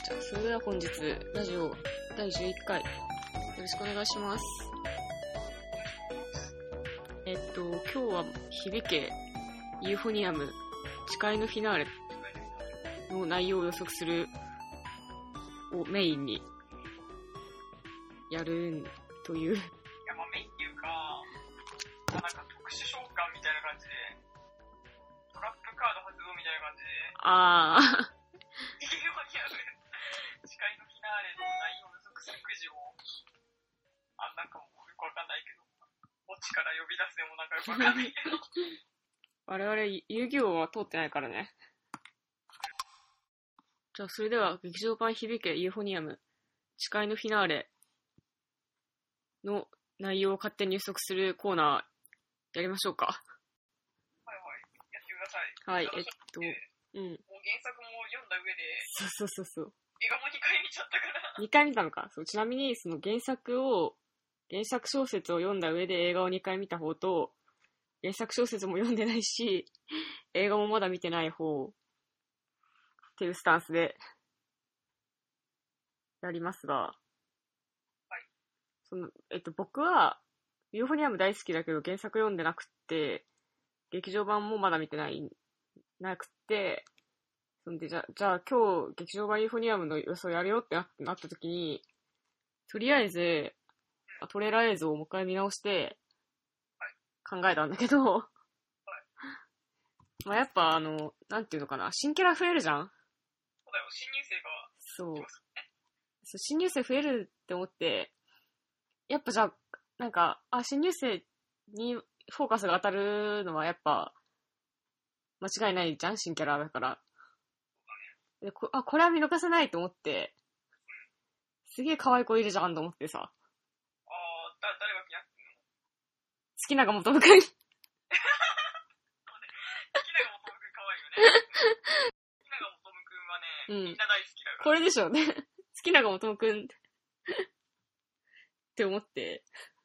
じゃあそれでは本日ラジオ第11回よろしくお願いします。今日は響けユーフォニアム誓いのフィナーレの内容を予測するをメインにやるという。 いや、まあメインっていうか、なんか特殊召喚みたいな感じで、トラップカード発動みたいな感じで、ユーフォニアム誓いのフィナーレの内容を予測するくじを、なんかもうよくわかんないけど、墓地から呼び出すでもなんかよくわかんないけど。 我々遊戯王は通ってないからね。じゃあそれでは劇場版響けユーフォニアム誓いのフィナーレの内容を勝手に予測するコーナーやりましょうか。 はいはい、やってください。 はい、 もう原作も読んだ上で、 そう。 映画も2回見ちゃったから。 2回見たのか。そう、ちなみにその原作小説を読んだ上で映画を2回見た方と、原作小説も読んでないし、映画もまだ見てない方っていうスタンスでやりますが、 はい。 僕はユーフォニアム大好きだけど原作読んでなくって、劇場版もまだ見てなくて、そんでじゃあ今日劇場版ユーフォニアムの予想やるよってなった時に、とりあえずトレーラー映像をもう一回見直して考えたんだけど、まあやっぱなんていうのかな、新キャラ増えるじゃん。 そうだよ、新入生が。 そう、新入生増えるって思って、やっぱじゃあなんか新入生にフォーカスが当たるのはやっぱ間違いないじゃん、新キャラだから。でこれは見逃せないと思って、すげえ可愛い子いるじゃんと思ってさ。 誰が気になってんの？ 好きながもとむくん。好きながもとむくん可愛いよね。好きながもとむくんはね、みんな大好きだから。 これでしょね。好きながもとむくんって思って。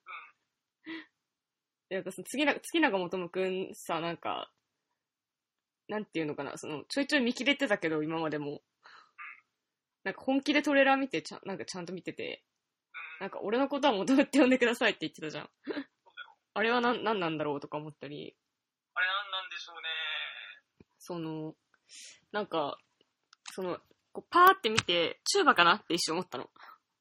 なんかその好きながもとむくんさ、なんか、なんていうのかな、ちょいちょい見切れてたけど、今までも。なんか本気でトレーラー見て、なんかちゃんと見てて、なんか俺のことはもとむって呼んでくださいって言ってたじゃん。あれはなんなんだろうとか思ったり。 あれなんでしょうね。 なんか、こうパーって見て、チューバかなって一瞬思ったの。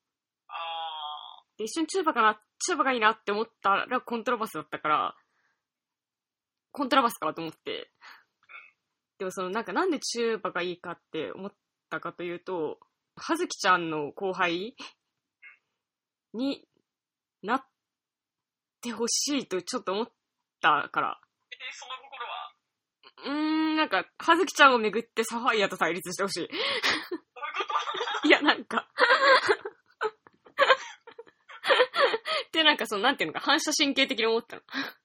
で、一瞬チューバがいいなって思ったらコントラバスだったから、コントラバスかと思って。でもなんでチューバがいいかって思ったかというと、はずきちゃんの後輩になってほしいとちょっと思ったから。 その心は？ なんか、はずきちゃんをめぐってサファイアと対立してほしい。 どういうこといや、なんか。で、なんかなんていうのか、反射神経的に思ったの。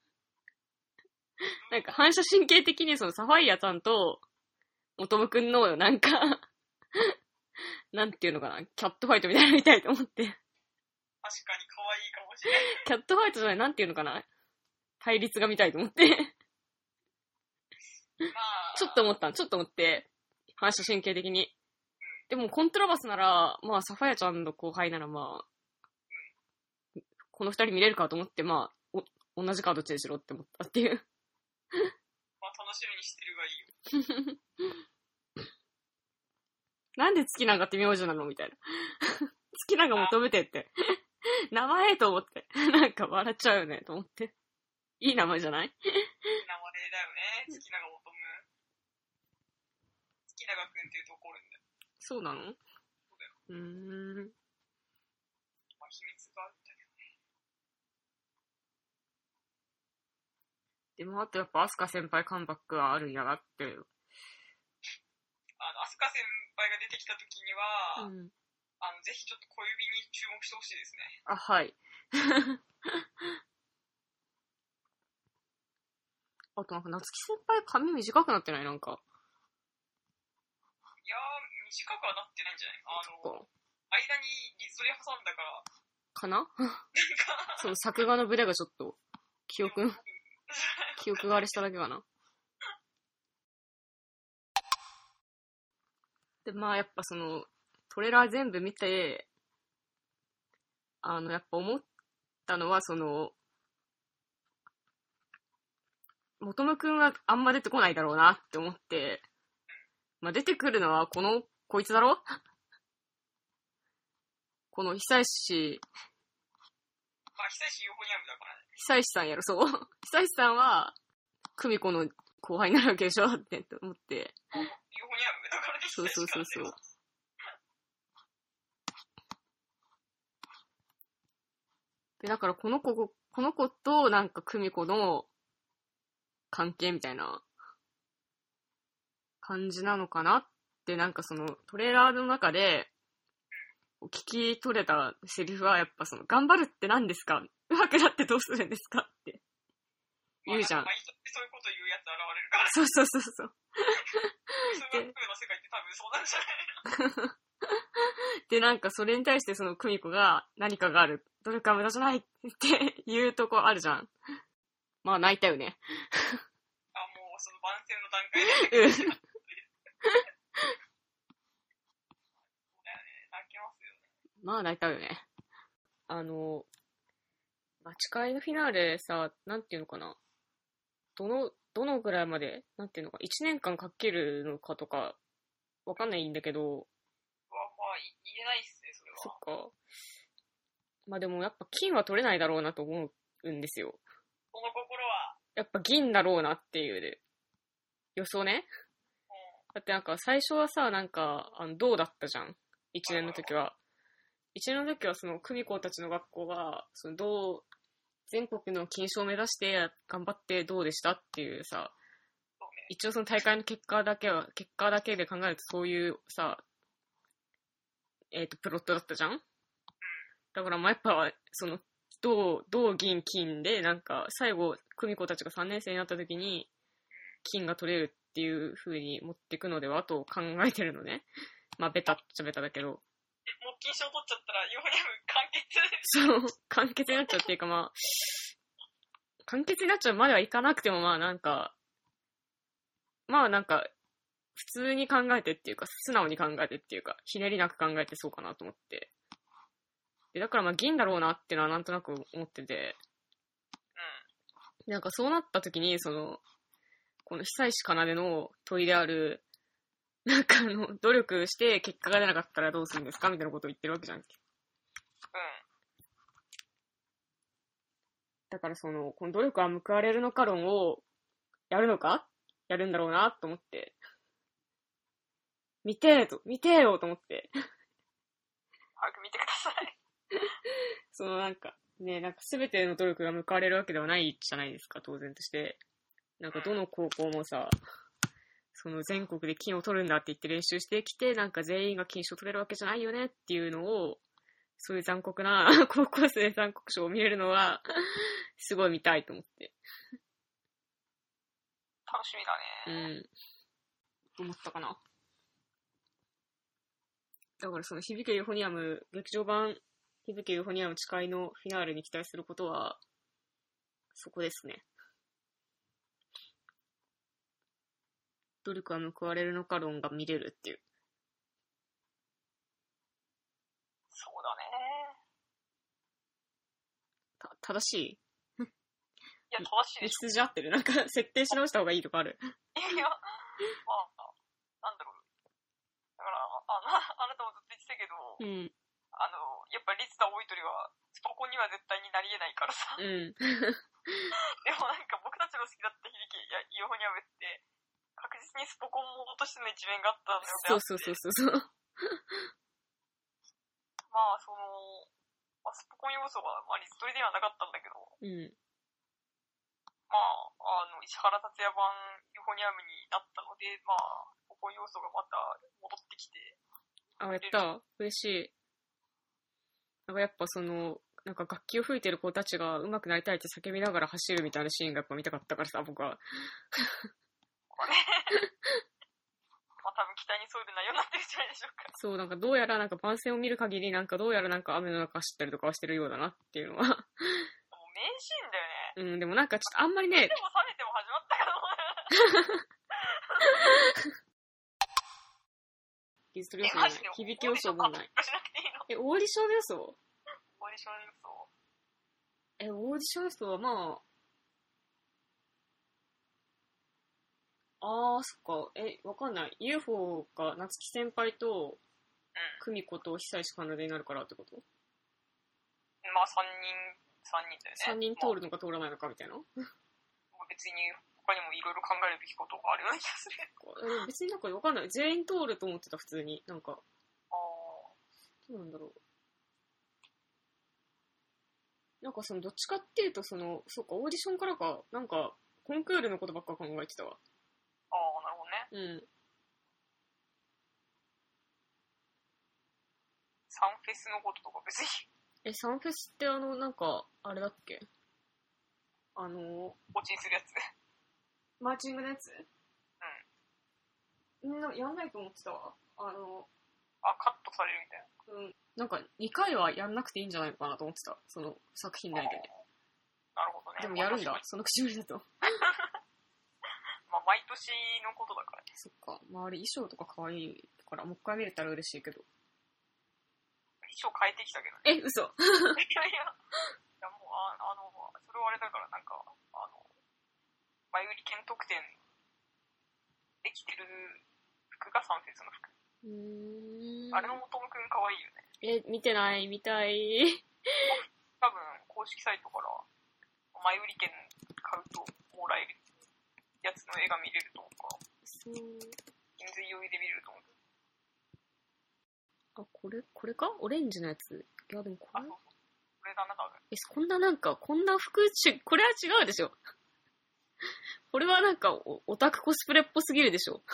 なんか、反射神経的にサファイアさんと、もとむくんの、なんか、なんていうのかな、キャットファイトみたいなの見たいと思って。 確かに可愛いかもしれない。 キャットファイトじゃない、なんていうのかな、対立が見たいと思って。ちょっと思って、反射神経的に。でも、コントラバスなら、まあ、サファイアちゃんの後輩なら、まあ、この二人見れるかと思って、まあ、同じカードチェンしろって思ったっていう。 まあ、楽しみにしてるがいいよ。 なんで月永って名字なのみたいな。月永求めてって。名前と思って。なんか笑っちゃうよね、と思って。いい名前じゃない？ いい名前だよね、月永求む。月永くんっていうと怒るんだよ。 そうなの？ そうだよ。まあ、秘密があるんだけどね。 でも、あとやっぱ、アスカ先輩カムバックはあるんやなって。 アスカ先輩が出てきた時には、ぜひちょっと小指に注目してほしいですね。 はい。あとなんか、夏希先輩髪短くなってない？なんか。 いやー、短くはなってないんじゃない？間にリストリ挟んだから。 かな？作画のブレがちょっと、記憶があれしただけかな。で、まあやっぱトレーラー全部見て、やっぱ思ったのは、元野くんはあんま出てこないだろうなって思って、まあ、出てくるのはこいつだろこの久石。 あ、久石ユーフォニアムだからね。 久石さんやろ、そう。久石さんは、久美子の後輩になるわけでしょって思って。 ユーフォニアムだからね。 そう。で、だからこの子となんか久美子の関係みたいな感じなのかなって、なんかトレーラーの中で聞き取れたセリフはやっぱ頑張るって何ですか？うまくなってどうするんですかって言うじゃん。 そういうこと言うやつ現れるから。 そう。 数学の世界って多分そうなんじゃないので、なんかそれに対して久美子が何かがある。努力は無駄じゃないって言うとこあるじゃん。まあ泣いたよね。 あ、もうその番宣の段階で。そうだよね。泣きますよね。 まあ泣いたよね。誓いのフィナーレさ、なんていうのかな。どのぐらいまで、なんていうのか、1年間かけるのかとか、わかんないんだけど。 まあ、言えないっすね、それは。 そっか。まあでもやっぱ金は取れないだろうなと思うんですよ。 その心はやっぱ銀だろうなっていう予想ね。だってなんか最初はさ、なんか、銅だったじゃん。1年の時は。1年の時は久美子たちの学校が、銅、全国の金賞を目指して頑張って銅でしたっていうさ、一応大会の結果だけで考えるとそういうさ、プロットだったじゃん。だからまあやっぱ、銅、銀、金で、なんか、最後、久美子たちが3年生になった時に、金が取れるっていう風に持っていくのではと考えてるのね。まあ、ベタっちゃベタだけど。もう金賞取っちゃったら、ユーフォニアム完結。 そう、完結になっちゃうっていうかまあ、完結になっちゃうまではいかなくてもまあなんか、普通に考えてっていうか、素直に考えてっていうか、ひねりなく考えてそうかなと思って。で、だからまあ銀だろうなっていうのはなんとなく思ってて、なんかそうなった時に、この久石奏の問いである、なんか努力して結果が出なかったらどうするんですかみたいなことを言ってるわけじゃん。だからこの努力は報われるのか論をやるのかやるんだろうなと思って。見てよと思って。 早く見てください。 なんか全ての努力が報われるわけではないじゃないですか、当然として。なんかどの高校もさ、全国で金を取るんだって言って練習してきて、なんか全員が金賞取れるわけじゃないよねっていうのを、そういう残酷な高校生残酷賞を見れるのは、すごい見たいと思って。 楽しみだね。 思ったかな。だから響けユーフォニアム、劇場版響けユーフォニアム誓いのフィナーレに期待することは、そこですね。努力は報われるのか論が見れるっていう。 そうだね。 正しい？ いや、正しいでしょ。 道筋合ってる？なんか、設定し直した方がいいとかある？ いや、まあ、なんだろう。だから、あなたもずっと言ってたけど、やっぱリツタ大鳥は、スポコンには絶対になり得ないからさ。でもなんか僕たちの好きだった響き、ユーフォニアムって、確実にスポコンモードとしての一面があったのであって。 そう。 まあ、スポコン要素は、リツトリではなかったんだけど、まあ、石原達也版ユーフォニアムになったので、まあ、スポコン要素がまた戻ってきて。 やった。嬉しい。なんかやっぱなんか楽器を吹いてる子たちが上手くなりたいって叫びながら走るみたいなシーンがやっぱ見たかったからさ、僕は。 これまあ多分期待に沿う内容になってるんじゃないでしょうか。 そう、なんかどうやらなんか番宣を見る限りなんかどうやらなんか雨の中走ったりとかはしてるようだなっていうのは。もう名シーンだよね。 でもなんかちょっとあんまりね。 でも冷めても始まったかと思う。 技術要素じゃない。響き要素もない。オーディション予想？ オーディション予想。 オーディション予想はまあ、そっか。わかんない。UFO が夏希先輩と、久美子と久石かなでになるからってこと？ まあ3人だよね。 3人通るのか通らないのかみたいな。 別に他にもいろいろ考えるべきことがあるような気がする。 別になんかわかんない。全員通ると思ってた、普通に。なんか。どうなんだろう。なんかどっちかっていうとそうか、オーディションからか、なんか、コンクールのことばっか考えてたわ。 なるほどね。 うん。 サンフェスのこととか別に。 サンフェスってなんか、あれだっけ？ ポチンするやつ。 マーチングのやつ？みんなやんないと思ってたわ。 カットされるみたいな。 なんか2回はやんなくていいんじゃないのかなと思ってた。その作品内で。 なるほどね。 でもやるんだ、その口ぶりだと。 まあ毎年のことだからね。 そっか。まああれ衣装とか可愛いから、もう一回見れたら嬉しいけど。 衣装変えてきたけどね。嘘。 いやもうそれはあれだからなんか前売り券特典できてる服がサンフェスの服。あれの元くん可愛いよね。 見てない、見たい。 多分公式サイトから前売り券買うともらえるやつの絵が見れると思うから。金髄用意で見れると思う。 これか？オレンジのやつ。いやでもこれ。 そう。これだな、多分。こんな服これは違うでしょ。これはなんかオタクコスプレっぽすぎるでしょ。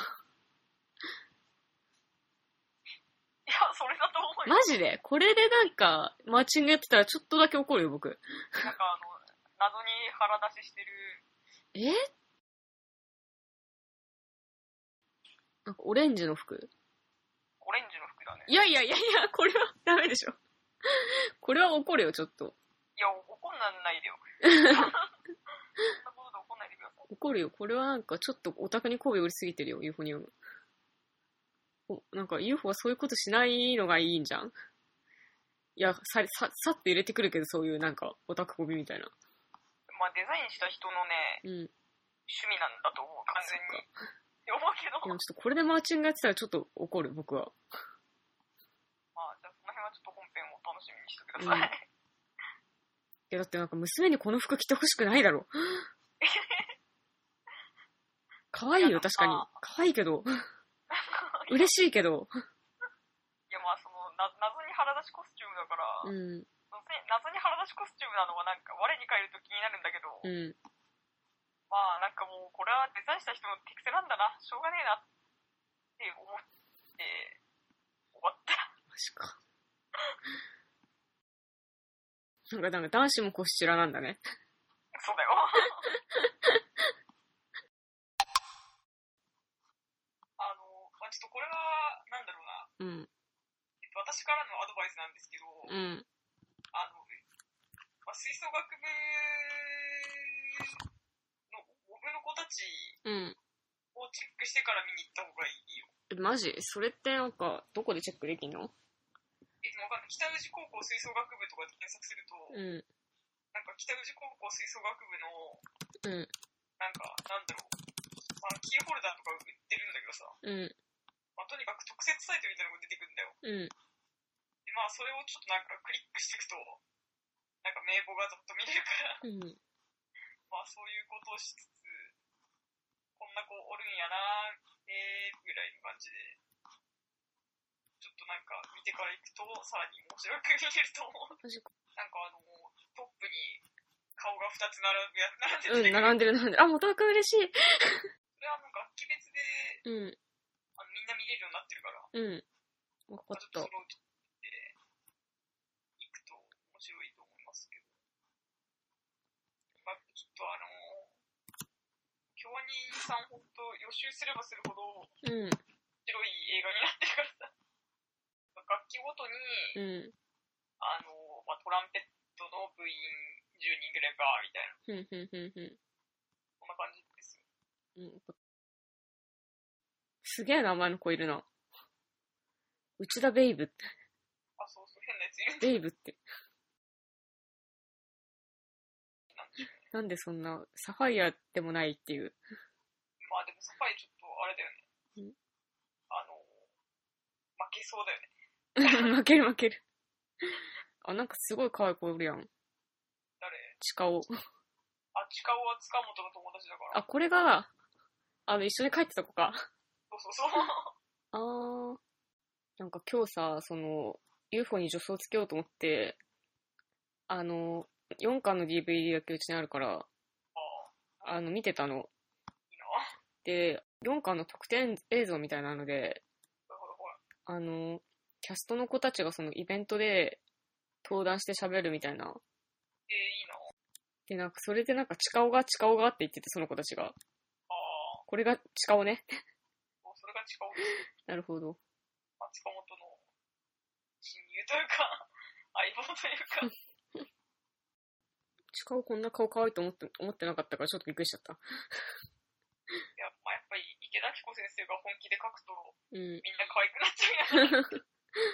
いや、それだと思うよ。 マジで？これでなんかマーチングやってたらちょっとだけ怒るよ、僕。 なんか謎に腹出ししてる。 なんかオレンジの服？ オレンジの服だね。 いや、これはダメでしょ。これは怒るよ、ちょっと。 いや、怒んないでよ。そんなことで怒んないでください。 怒るよ。これはなんかちょっとオタクに媚び売りすぎてるよ、ユーフォニウム。なんか UFO はそういうことしないのがいいんじゃん。いや、さって入れてくるけど、そういうなんかオタク媚びみたいな。 まあデザインした人のね、趣味なんだと思う、完全に。思うけど。 でもちょっとこれでマーチングやってたらちょっと怒る、僕は。 まあ、じゃあその辺はちょっと本編を楽しみにしてください。 いや、だってなんか娘にこの服着てほしくないだろ。可愛いよ、確かに。可愛いけど。嬉しいけど。 いや、まあ、謎に腹出しコスチュームだから、謎に腹出しコスチュームなのはなんか、我に返ると気になるんだけど、まあ、なんかもう、これはデザインした人の手癖なんだな、しょうがねえなって思って終わった。 マジか。なんか男子もこしちらなんだね。 そうだよ。ちょっとこれは、なんだろうな。私からのアドバイスなんですけど、吹奏楽部のモブの子たちをチェックしてから見に行った方がいいよ。 マジ？それってなんか、どこでチェックできんの？ わかんない。北宇治高校吹奏楽部とかで検索すると、なんか北宇治高校吹奏楽部の、なんか、なんだろう、キーホルダーとか売ってるんだけどさ、とにかく特設サイトみたいなのが出てくるんだよ。で、まあ、それをちょっとなんかクリックしていくと、なんか名簿がずっと見れるから、まあ、そういうことをしつつ、こんな子おるんやなー、ぐらいの感じで、ちょっとなんか見てから行くと、さらに面白く見れると思う。なんかトップに顔が2つ並んでる。 並んでる。あ、もう遠く嬉しい。 それは楽器別で、みんな見れるようになってるから。 わかった。 ちょっとそれを取っていくと面白いと思いますけど。まあ、ちょっと京アニさんほんと予習すればするほど、面白い映画になってるからさ。楽器ごとに、トランペットの部員10人ぐらいバーみたいな。こんな感じですよ。 すげえ名前の子いるな。 内田ベイブって。 あ、そうそう、変なやついるんだ。 ベイブって。なんでそんな、サファイアでもないっていう。 まあでもサファイアちょっとあれだよね。負けそうだよね。 負ける負ける。あ、なんかすごい可愛い子おるやん。 誰？ チカオ。 あ、チカオは塚本の友達だから。 あ、これが、一緒に帰ってた子か。 そうそうそう。 あー。なんか今日さ、UFO に助走つけようと思って、4巻の DVD だけうちにあるから、見てたの。 いいな。 で、4巻の特典映像みたいなので、キャストの子たちがそのイベントで登壇して喋るみたいな。 いいな。 で、なんかそれでなんかチカオがって言ってて、その子たちが。これがチカオね。 それがチカオです。 なるほど。 塚本の親友というか、相棒というか。 チカオこんな顔可愛いと思ってなかったからちょっとびっくりしちゃった。 いや、まあ、やっぱり池田彦先生が本気で書くと、みんな可愛くなっちゃうやん。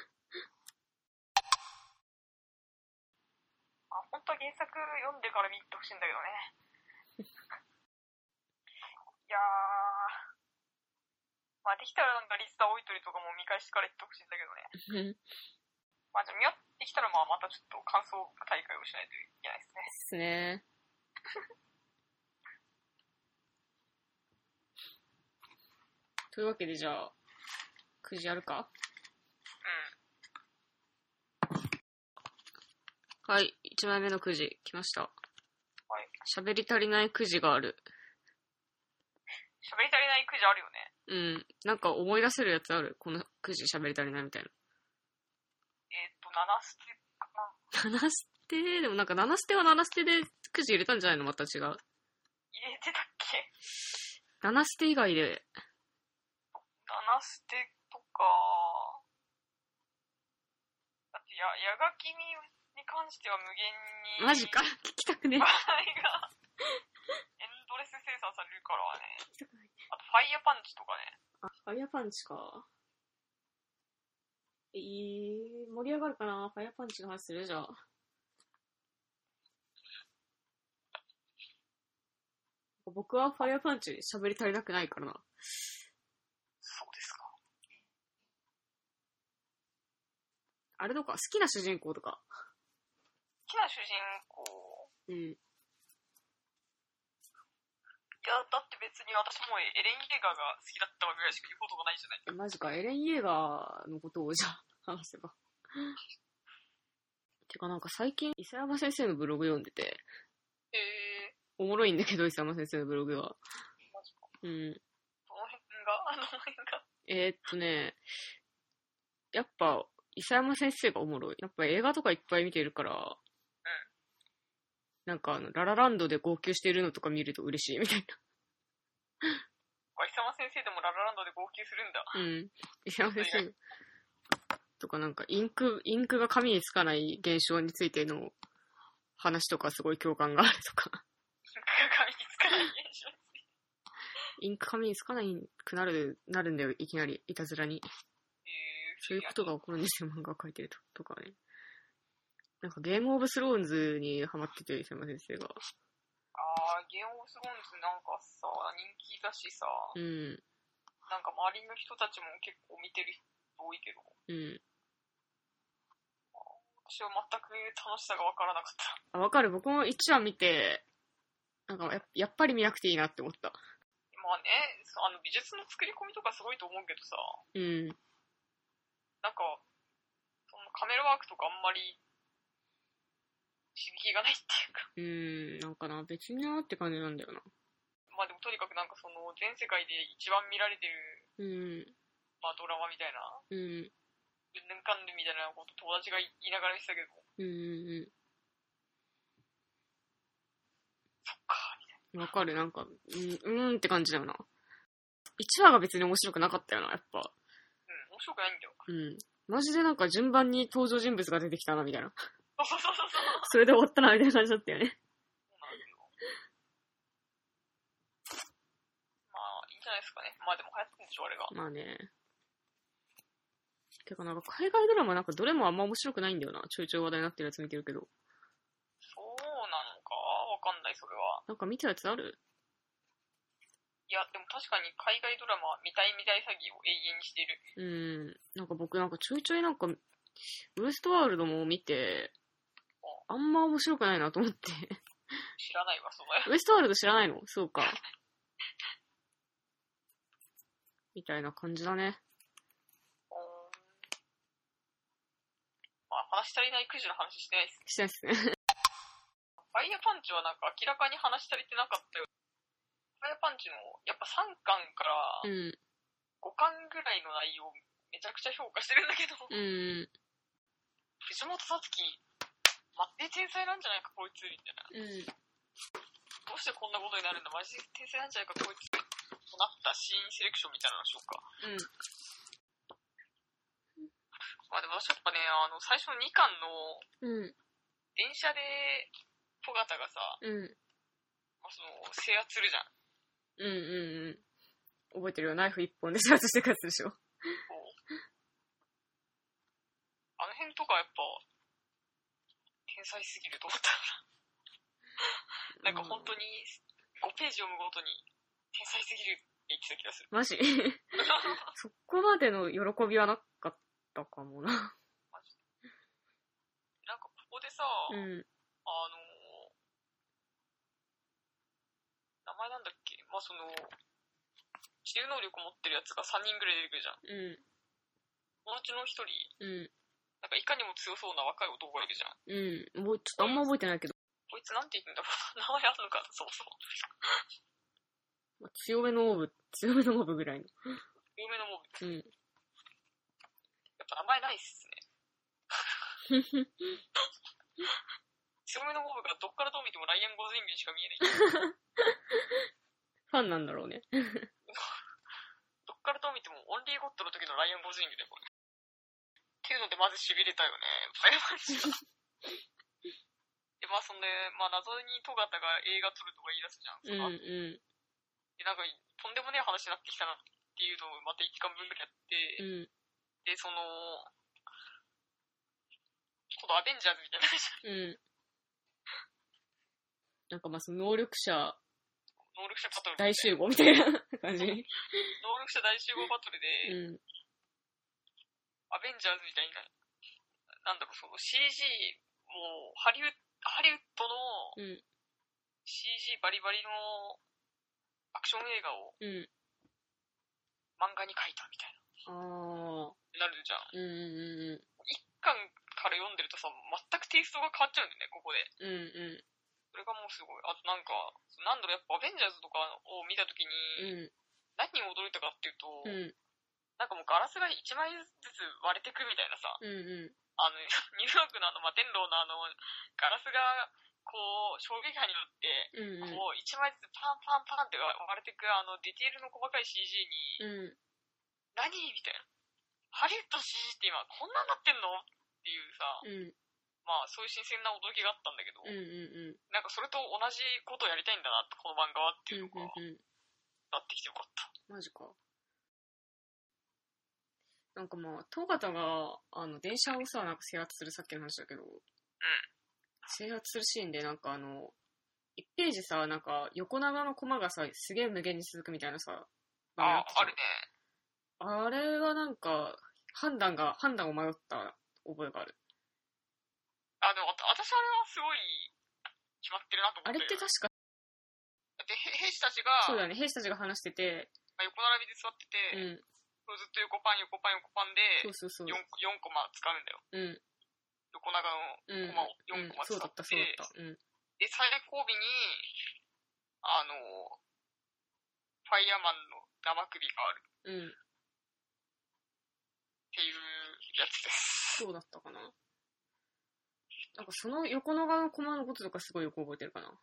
本当は原作読んでから見てほしいんだけどね。いやー、まあできたらなんかリスター置いとりとかも見返しから言ってほしいんだけどね。まあじゃあ見終わってきたらまたちょっと感想大会をしないといけないですね。 ですね。というわけでじゃあ、くじやるか？はい、1枚目のくじ来ました。はい。喋り足りないくじがある。 喋り足りないくじあるよね。 うん。なんか思い出せるやつある？このくじ喋り足りないみたいな。 7捨てかな。 7捨てでもなんか7捨ては7捨てでくじ入れたんじゃないの？また違う。入れてたっけ？ 7捨て以外で。 7捨てとか、だって矢垣美に関しては無限に。 マジか？聞きたくね。 笑いがエンドレス生産されるからね。あとファイヤーパンチとかね。 あ、ファイヤーパンチか。盛り上がるかな？ファイヤーパンチの話する？じゃあ。僕はファイヤーパンチ喋り足りなくないからな。 そうですか。 あれとか、好きな主人公とか。 好きな主人公。 うん。いや、だって別に私もエレン・イェーガーが好きだったわぐらいしか言うことがないじゃないか。 マジか、エレン・イェーガーのことをじゃあ話せば。てかなんか最近、伊佐山先生のブログ読んでて。おもろいんだけど、伊佐山先生のブログは。 マジか。 うん。 どの辺がやっぱ、伊佐山先生がおもろい。やっぱ映画とかいっぱい見てるから、なんかララランドで号泣してるのとか見ると嬉しいみたいな。 伊佐山先生でもララランドで号泣するんだ。 うん。伊佐山先生とかなんかインクが紙につかない現象についての話とかすごい共感があるとか。 紙につかない現象。 インク紙につかないくなるんだよ、いきなりいたずらに。そういうことが起こるんですよ、漫画を描いてるとかね。なんかゲームオブスローンズにハマってて、伊佐山先生が。 ゲームオブスローンズなんかさ、人気だしさ、 うん。 なんか周りの人たちも結構見てる人多いけど、 うん。 私は全く楽しさが分からなかった。 わかる、僕も1話見て、なんかやっぱり見なくていいなって思った。 まあね、美術の作り込みとかすごいと思うけどさ、 うん。 なんか、そのカメラワークとかあんまり刺激がないっていうか。なんかな、別になーって感じなんだよな。 まあでもとにかくなんかその全世界で一番見られてる、 まあドラマみたいな、うんぬんかんぬんみたいなこと友達が言いながら見てたけど、そっか、みたいな。 わかる、なんか、って感じだよな。1話が別に面白くなかったよな、やっぱ。 面白くないんだよ。 マジでなんか順番に登場人物が出てきたな、みたいな。 そう。 それで終わったな、みたいな感じだったよね。 そうなんですよ。まあ、いいんじゃないですかね。まあでも流行ってんでしょ、あれが。 まあね。 てかなんか海外ドラマなんかどれもあんま面白くないんだよな。ちょいちょい話題になってるやつ見てるけど。 そうなのかわかんない、それは。 なんか見たやつある？ いや、でも確かに海外ドラマは見たい見たい詐欺を永遠にしてる。 なんか僕なんかちょいちょいなんか、ウエストワールドも見て、あんま面白くないなと思って。 知らないわ、その。 ウエストワールド知らないの？そうか。みたいな感じだね。 まあ、話し足りないくじの話してないっす。 してないっすね。 ファイヤーパンチはなんか明らかに話し足りてなかったよ。ファイヤーパンチの、やっぱ3巻から5巻ぐらいの内容めちゃくちゃ評価してるんだけど、藤本さつき、待って天才なんじゃないかこいつみたいな。どうしてこんなことになるんだ、マジで天才なんじゃないかこいつとなったシーンセレクションみたいなのしようか。まあでも私やっぱね、最初の2巻の電車で戸形がさ、まあ、その制圧するじゃん。 覚えてるよ。ナイフ一本で制圧してくやつでしょ。 あの辺とかやっぱ天才すぎると思ったなんか本当に5ページ読むごとに天才すぎるって言ってた気がする。 マジそこまでの喜びはなかったかもな。 マジで。なんかここでさ、名前なんだっけ、まあその治癒能力持ってるやつが3人ぐらい出てくるじゃん。そのうちの1人、なんかいかにも強そうな若い男がいるじゃん。 もうちょっとあんま覚えてないけど。 こいつなんて言うんだろう名前あるのかな、そもそも。 強めのモブぐらいの。 強めのモブ。やっぱ名前ないっすね。強めのモブがどっからどう見てもライアン・ゴズリングにしか見えない。 ファンなんだろうね。 どっからどう見てもオンリーゴッドの時のライアン・ゴズリングでこれ。っていうのでまず痺れたよね。ファイヤーパンチが。で、まあそんで、まあ謎に戸形が映画撮るとか言い出すじゃん。で、なんかとんでもねえ話になってきたなっていうのをまた1巻分ぐらいやって、で、その、今度アベンジャーズみたいな感じ。 なんかまあその能力者バトル大集合みたいな感じ。 能力者大集合バトルで、アベンジャーズみたいな、なんだろう、その CG、もうハリウッドの CG バリバリのアクション映画を漫画に描いたみたいな。なるじゃん。一巻から読んでるとさ、全くテイストが変わっちゃうんだよね、ここで。それがもうすごい。あとなんか、なんだろう、やっぱアベンジャーズとかを見たときに、何に驚いたかっていうと、なんかもうガラスが1枚ずつ割れてくみたいなさ、ニューヨークの摩天楼のガラスが、こう、衝撃波によって、こう、1枚ずつパンパンパンって割れてく、ディテールの細かい CG に、何みたいな。ハリウッド CG って今、こんなんなってんのっていうさ、まあ、そういう新鮮な驚きがあったんだけど、なんかそれと同じことをやりたいんだな、この漫画はっていうのが、なってきてよかった。 マジか。なんかまあ、戸形が、電車をさ、なんか制圧するさっきの話だけど、制圧するシーンで、なんか1ページさ、なんか横長のコマがさ、すげえ無限に続くみたいなさ、 あるね。 あれはなんか、判断を迷った覚えがある。 でも私あれはすごい決まってるなと思って。 あれって確か、 だって兵士たちが、 そうだね、兵士たちが話してて、 横並びで座ってて、ずっと横パンで、4コマ使うんだよ。横長のコマを4コマ使って、で、最後尾に、ファイヤーマンの生首がある。っていうやつです。 そうだったかな。なんかその横長のコマのこととかすごいよく覚えてるかな。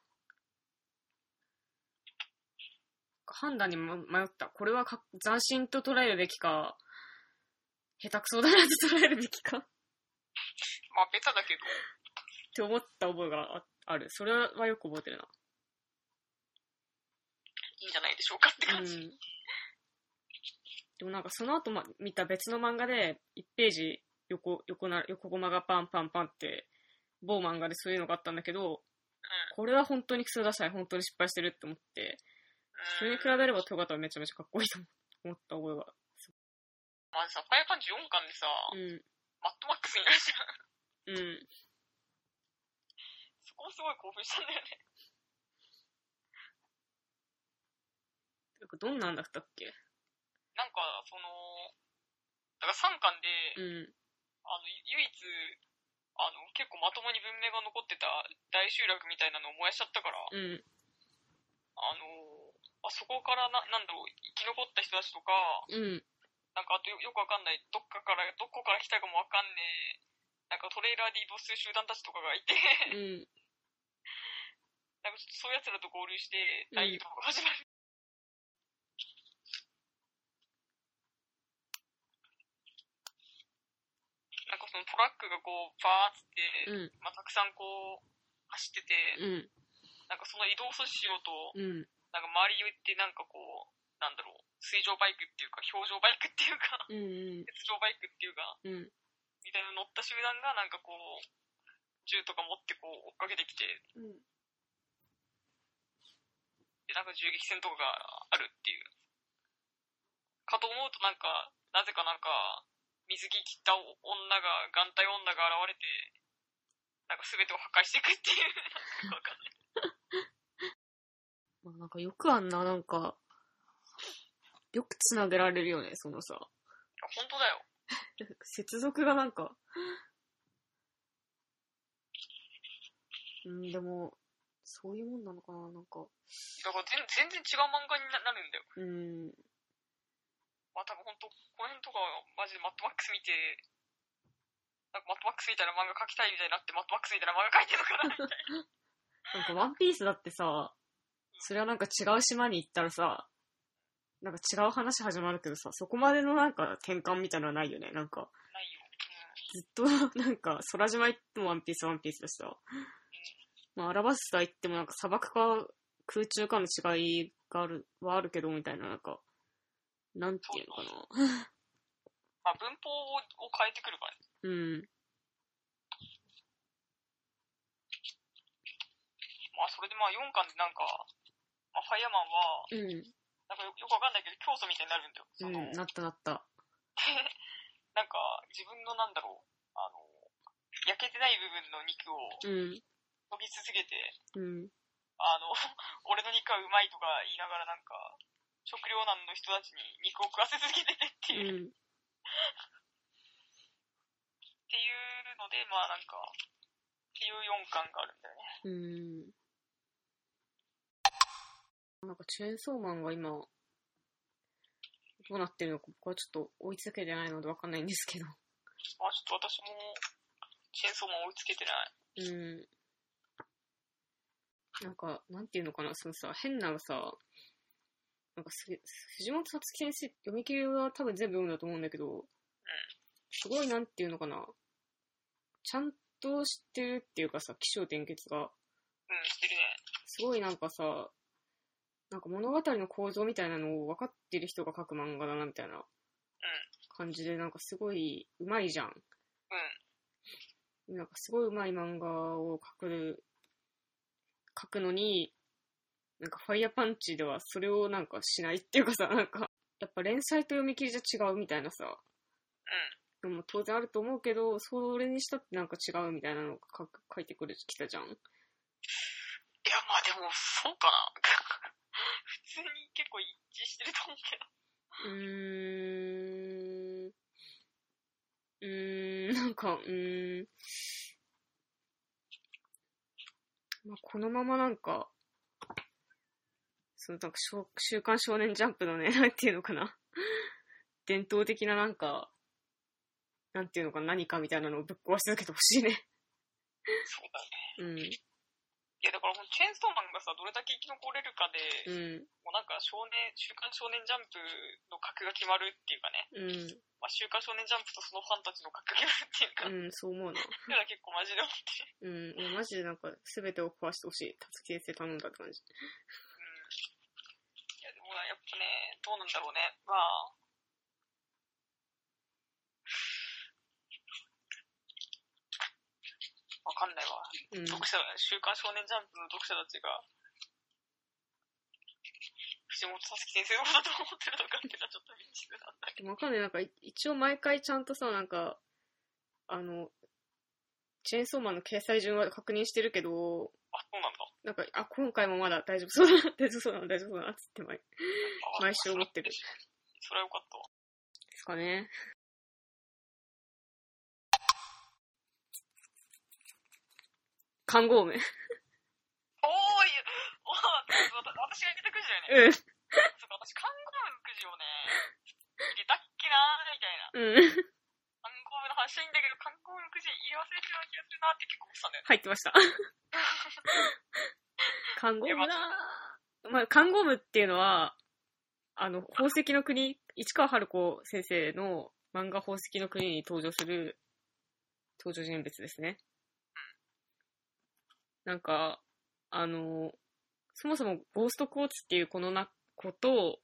判断に迷った。これは斬新と捉えるべきか、下手くそだなと捉えるべきか。 まあ、ベタだけど。 って思った覚えがある。それはよく覚えてるな。 いいんじゃないでしょうかって感じ。 でもなんかその後見た別の漫画で、1ページ横コマがパンパンパンって、某漫画でそういうのがあったんだけど、これは本当にクソダサい、本当に失敗してるって思って、それに比べればトガタはめちゃめちゃかっこいいと思った覚えが。 まずさ、ファイアパンチ4巻でさ、マットマックスになるじゃん。そこもすごい興奮したんだよね。 どんなんだったっけ？ なんか、だから3巻で、唯一、結構まともに文明が残ってた大集落みたいなのを燃やしちゃったから、そこからなんだろう、生き残った人たちとか、なんかあとよくわかんない、どこから来たかもわかんねえ、なんかトレーラーで移動する集団たちとかがいて、なんかちょっとそういう奴らと合流して、大移動が始まる。なんかそのトラックがこう、バーッつって、たくさんこう、走ってて、なんかその移動阻止しようと、なんか周りに行ってなんかこう、なんだろう、水上バイクっていうか、氷上バイクっていうか、鉄上バイクっていうか、みたいな乗った集団がなんかこう、銃とか持ってこう、追っかけてきて、で、なんか銃撃戦とかがあるっていう。かと思うとなんか、なぜかなんか、水着着た眼帯女が現れて、なんか全てを破壊していくっていう。わかんない。 なんかよくあんな、なんか、よく繋げられるよね、そのさ。 本当だよ。 接続がなんか。でも、そういうもんなのかな、なんか。 だから全然違う漫画になるんだよ。まあ多分本当この辺とかマジでマットマックス見て、なんかマットマックスみたいな漫画描きたいみたいになって、マットマックスみたいな漫画描いてるのかなみたいな。 なんかワンピースだってさ、それはなんか違う島に行ったらさ、なんか違う話始まるけどさ、そこまでのなんか転換みたいなのはないよね、なんか。 ないよ。 ずっとなんか空島行ってもワンピースだしさ。まあアラバスタ行ってもなんか砂漠か空中かの違いがあるけどみたいな、なんか。なんていうのかな。 まあ文法を変えてくるからね。まあそれでまあ4巻でなんか、まあ、ファイヤーマンは、なんかよくわかんないけど教祖みたいになるんだよ。 なった。 なんか自分のなんだろう、焼けてない部分の肉を研ぎ続けて、俺の肉はうまいとか言いながらなんか、食糧難の人たちに肉を食わせ続けててっていう、っていうので、まあなんか、っていう4巻があるんだよね。 なんかチェーンソーマンが今、どうなってるのか僕はちょっと追いつけてないのでわかんないんですけど。 まあちょっと私も、チェーンソーマン追いつけてない。 なんか、なんていうのかな、そのさ、変なさ、なんか藤本さつき先生、読み切りは多分全部読んだと思うんだけど、すごいなんていうのかな、ちゃんと知ってるっていうかさ、起承転結が。 知ってるね。 すごいなんかさ、なんか物語の構造みたいなのを分かってる人が書く漫画だなみたいな感じで、なんかすごい上手いじゃん。なんかすごい上手い漫画を書くのに、なんかファイヤーパンチではそれをなんかしないっていうかさ、なんか、やっぱ連載と読み切りじゃ違うみたいなさ、でも当然あると思うけど、それにしたってなんか違うみたいなのを書いてきたじゃん。いや、 まあでも、そうかな。普通に結構一致してると思うけど。なんか、まあ、このままなんか、なんか週刊少年ジャンプのね、なんていうのかな。伝統的ななんか、なんていうのかな、何かみたいなのをぶっ壊し続けてほしいね。 そうだね。いやだからチェーンソーマンがさ、どれだけ生き残れるかで、もうなんか週刊少年ジャンプの格が決まるっていうかね。まあ週刊少年ジャンプとそのファンたちの格が決まるっていうか。 そう思うな。 だから結構マジで思って。 マジでなんか全てを壊してほしい。たつき先生頼んだって感じ。いやでもやっぱね、どうなんだろうね。まあ、 読者、週刊少年ジャンプの読者たちが、藤本さつき先生のことだと思ってるのかっていうのはちょっと未知なんだけど。 わかんない。なんか、一応毎回ちゃんとさ、なんか、チェーンソーマンの掲載順は確認してるけど、 あ、そうなんだ。 なんか、今回もまだ大丈夫そうだな、大丈夫そうだな、大丈夫そうだな、つって毎週思ってる。 それはよかったわ。 ですかね。看護婦。 おーい、私が入れたくじだよね。そうか、私、看護婦くじをね、入れたっけなーみたいな。看護婦の話はいいんだけど、看護婦のくじ入れ忘れてるような気がするなーって結構思ってたんだよね。 入ってました。看護婦なぁ。まあ、看護婦っていうのは、宝石の国、市川春子先生の漫画宝石の国に登場する登場人物ですね。なんか、そもそもゴーストコーツっていうこのことを、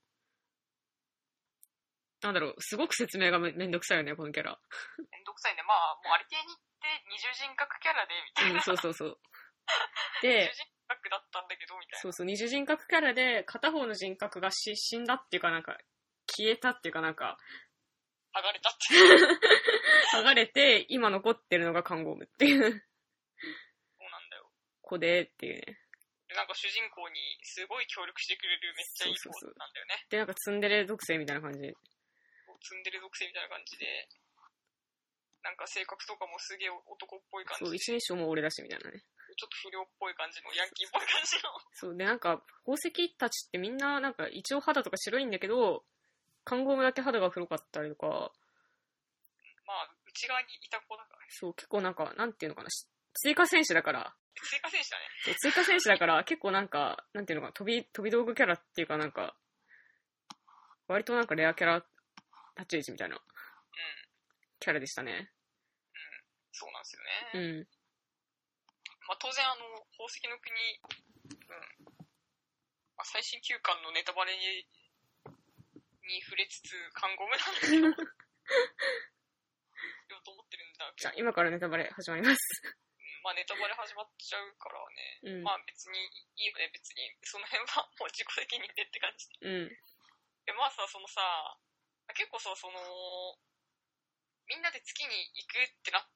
なんだろう、すごく説明がめんどくさいよね、このキャラ。 めんどくさいね。まあ、もうありていにって二重人格キャラで、みたいな。 そうそうそう。で、 二重人格だったんだけど、みたいな。 そうそう、二重人格キャラで、片方の人格が死んだっていうかなんか、消えたっていうかなんか、 剥がれたっていう。 剥がれて、今残ってるのが看護婦っていう。 そうなんだよ。 子でっていうね。 なんか主人公にすごい協力してくれるめっちゃいい子なんだよね。 で、なんかツンデレ属性みたいな感じで。 ツンデレ属性みたいな感じで、なんか性格とかもすげえ男っぽい感じで。 そう、一人称も俺だしみたいなね。 ちょっと不良っぽい感じの、ヤンキーっぽい感じの。 そう、で、なんか、宝石たちってみんな、なんか一応肌とか白いんだけど、看護婦だけ肌が黒かったりとか。 まあ、内側にいた子だからね。 そう、結構なんか、なんていうのかな、追加選手だから。 追加選手だね。 そう、追加選手だから、結構なんか、なんていうのかな、飛び道具キャラっていうかなんか、割となんかレアキャラ、立ち位置みたいな、キャラでしたね。 そうなんですよね。 ね。まあ当然宝石の国、まあ、最新9巻のネタバレに触れつつ、看護婦なんだけど、言おうと思ってるんだけど。 じゃあ今からネタバレ始まります。 まあネタバレ始まっちゃうからね。 うん、 まあ別にいいよね、別に。その辺はもう自己責任でって感じで。で、まあさ、結構さ、みんなで月に行くってなって、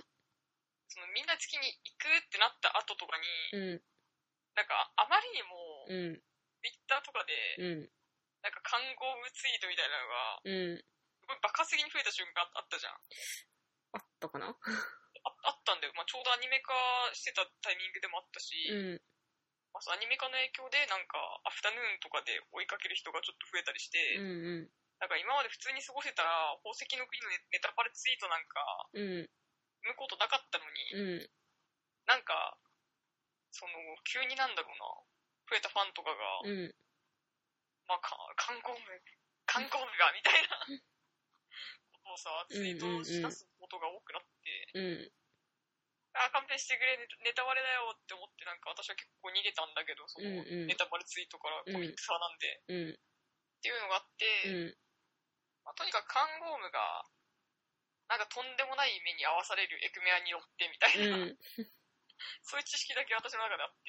みんな月に行くってなった後とかに、なんかあまりにも、Twitter とかで、なんか看護婦ツイートみたいなのが、すごい爆発的に増えた瞬間あったじゃん。 あったかなあったんだよ。まあ、ちょうどアニメ化してたタイミングでもあったし、まあ、アニメ化の影響でなんかアフタヌーンとかで追いかける人がちょっと増えたりして、なんか今まで普通に過ごせたら宝石の国のネタバレツイートなんか、生むことなかったのに、なんか、急になんだろうな、増えたファンとかが、まあ、看護婦が、みたいなことをさ、ツイートしだすことが多くなって、勘弁してくれ、ネタバレだよって思って、なんか私は結構逃げたんだけど、ネタバレツイートからコミックス派なんで、っていうのがあって、まあ、とにかく看護婦が、なんかとんでもない目に遭わされるエクメアによってみたいな、そういう知識だけ私の中であって、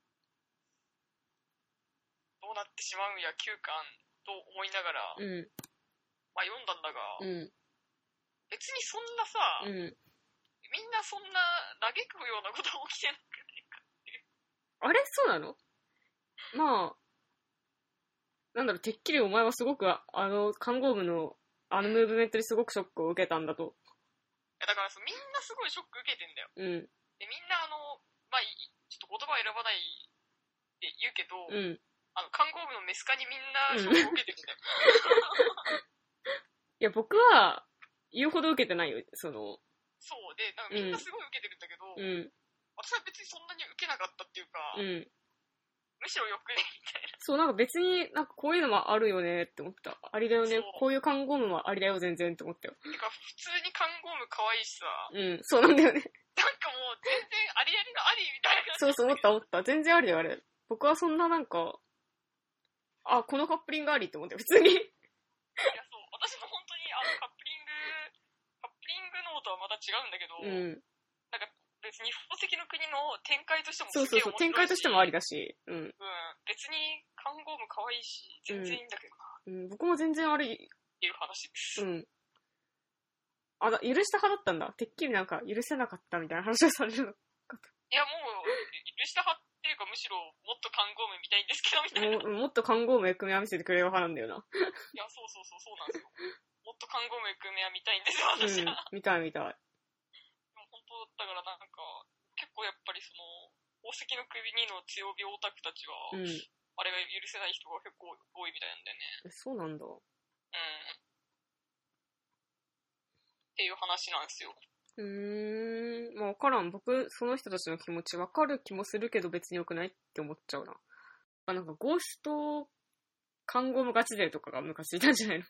どうなってしまうんや9巻と思いながら、まあ読んだんだが、別にそんなさ、みんなそんな嘆くようなこと起きてなくないかっていう。 あれそうなの？まあ、なんだろう、てっきりお前はすごく看護部のムーブメントにすごくショックを受けたんだと。 だからみんなすごいショック受けてんだよ。で、みんなまあ、ちょっと言葉選ばないって言うけど、看護部のメス化にみんなショックを受けてるんだよ。 いや、僕は言うほど受けてないよ、 そうで、なんかみんなすごい受けてるんだけど、私は別にそんなに受けなかったっていうか、むしろよくねみたいな。 そう、なんか別になんかこういうのもあるよねって思った。ありだよね。こういう看護婦もありだよ全然って思ったよ。 てか普通に看護婦可愛いしさ。 そうなんだよね。 なんかもう全然ありありのありみたいな。 そう、思った。全然ありだよ、あれ。僕はそんななんか、このカップリングありって思って、普通に。いや、 そう。私も本当にカップリングノートはまた違うんだけど、なんか別に宝石の国の展開としてもすげえ面白いし、そう、展開としてもありだし、 別にカンゴーム可愛いし、全然いいんだけどな。 僕も全然あれ、 っていう話です。 許した派だったんだ。てっきりなんか許せなかったみたいな話をされるのかと。 いや、もう、許した派っていうか、むしろ、もっとカンゴーム見たいんですけど、みたいな。 もっとカンゴームエクメア見せてくれよ派なんだよな。 いや、そうなんですよ。もっとカンゴームエクメア見たいんですよ、私は。 見たい。でも本当だからなんか、結構やっぱりその、宝石の国の強火オタクたちは、あれが許せない人が結構多いみたいなんだよね。 そうなんだ。 っていう話なんですよ。 まあ、わからん。僕、その人たちの気持ちわかる気もするけど別に良くないって思っちゃうな。なんか、ゴースト、カンゴームガチ勢とかが昔いたんじゃないの？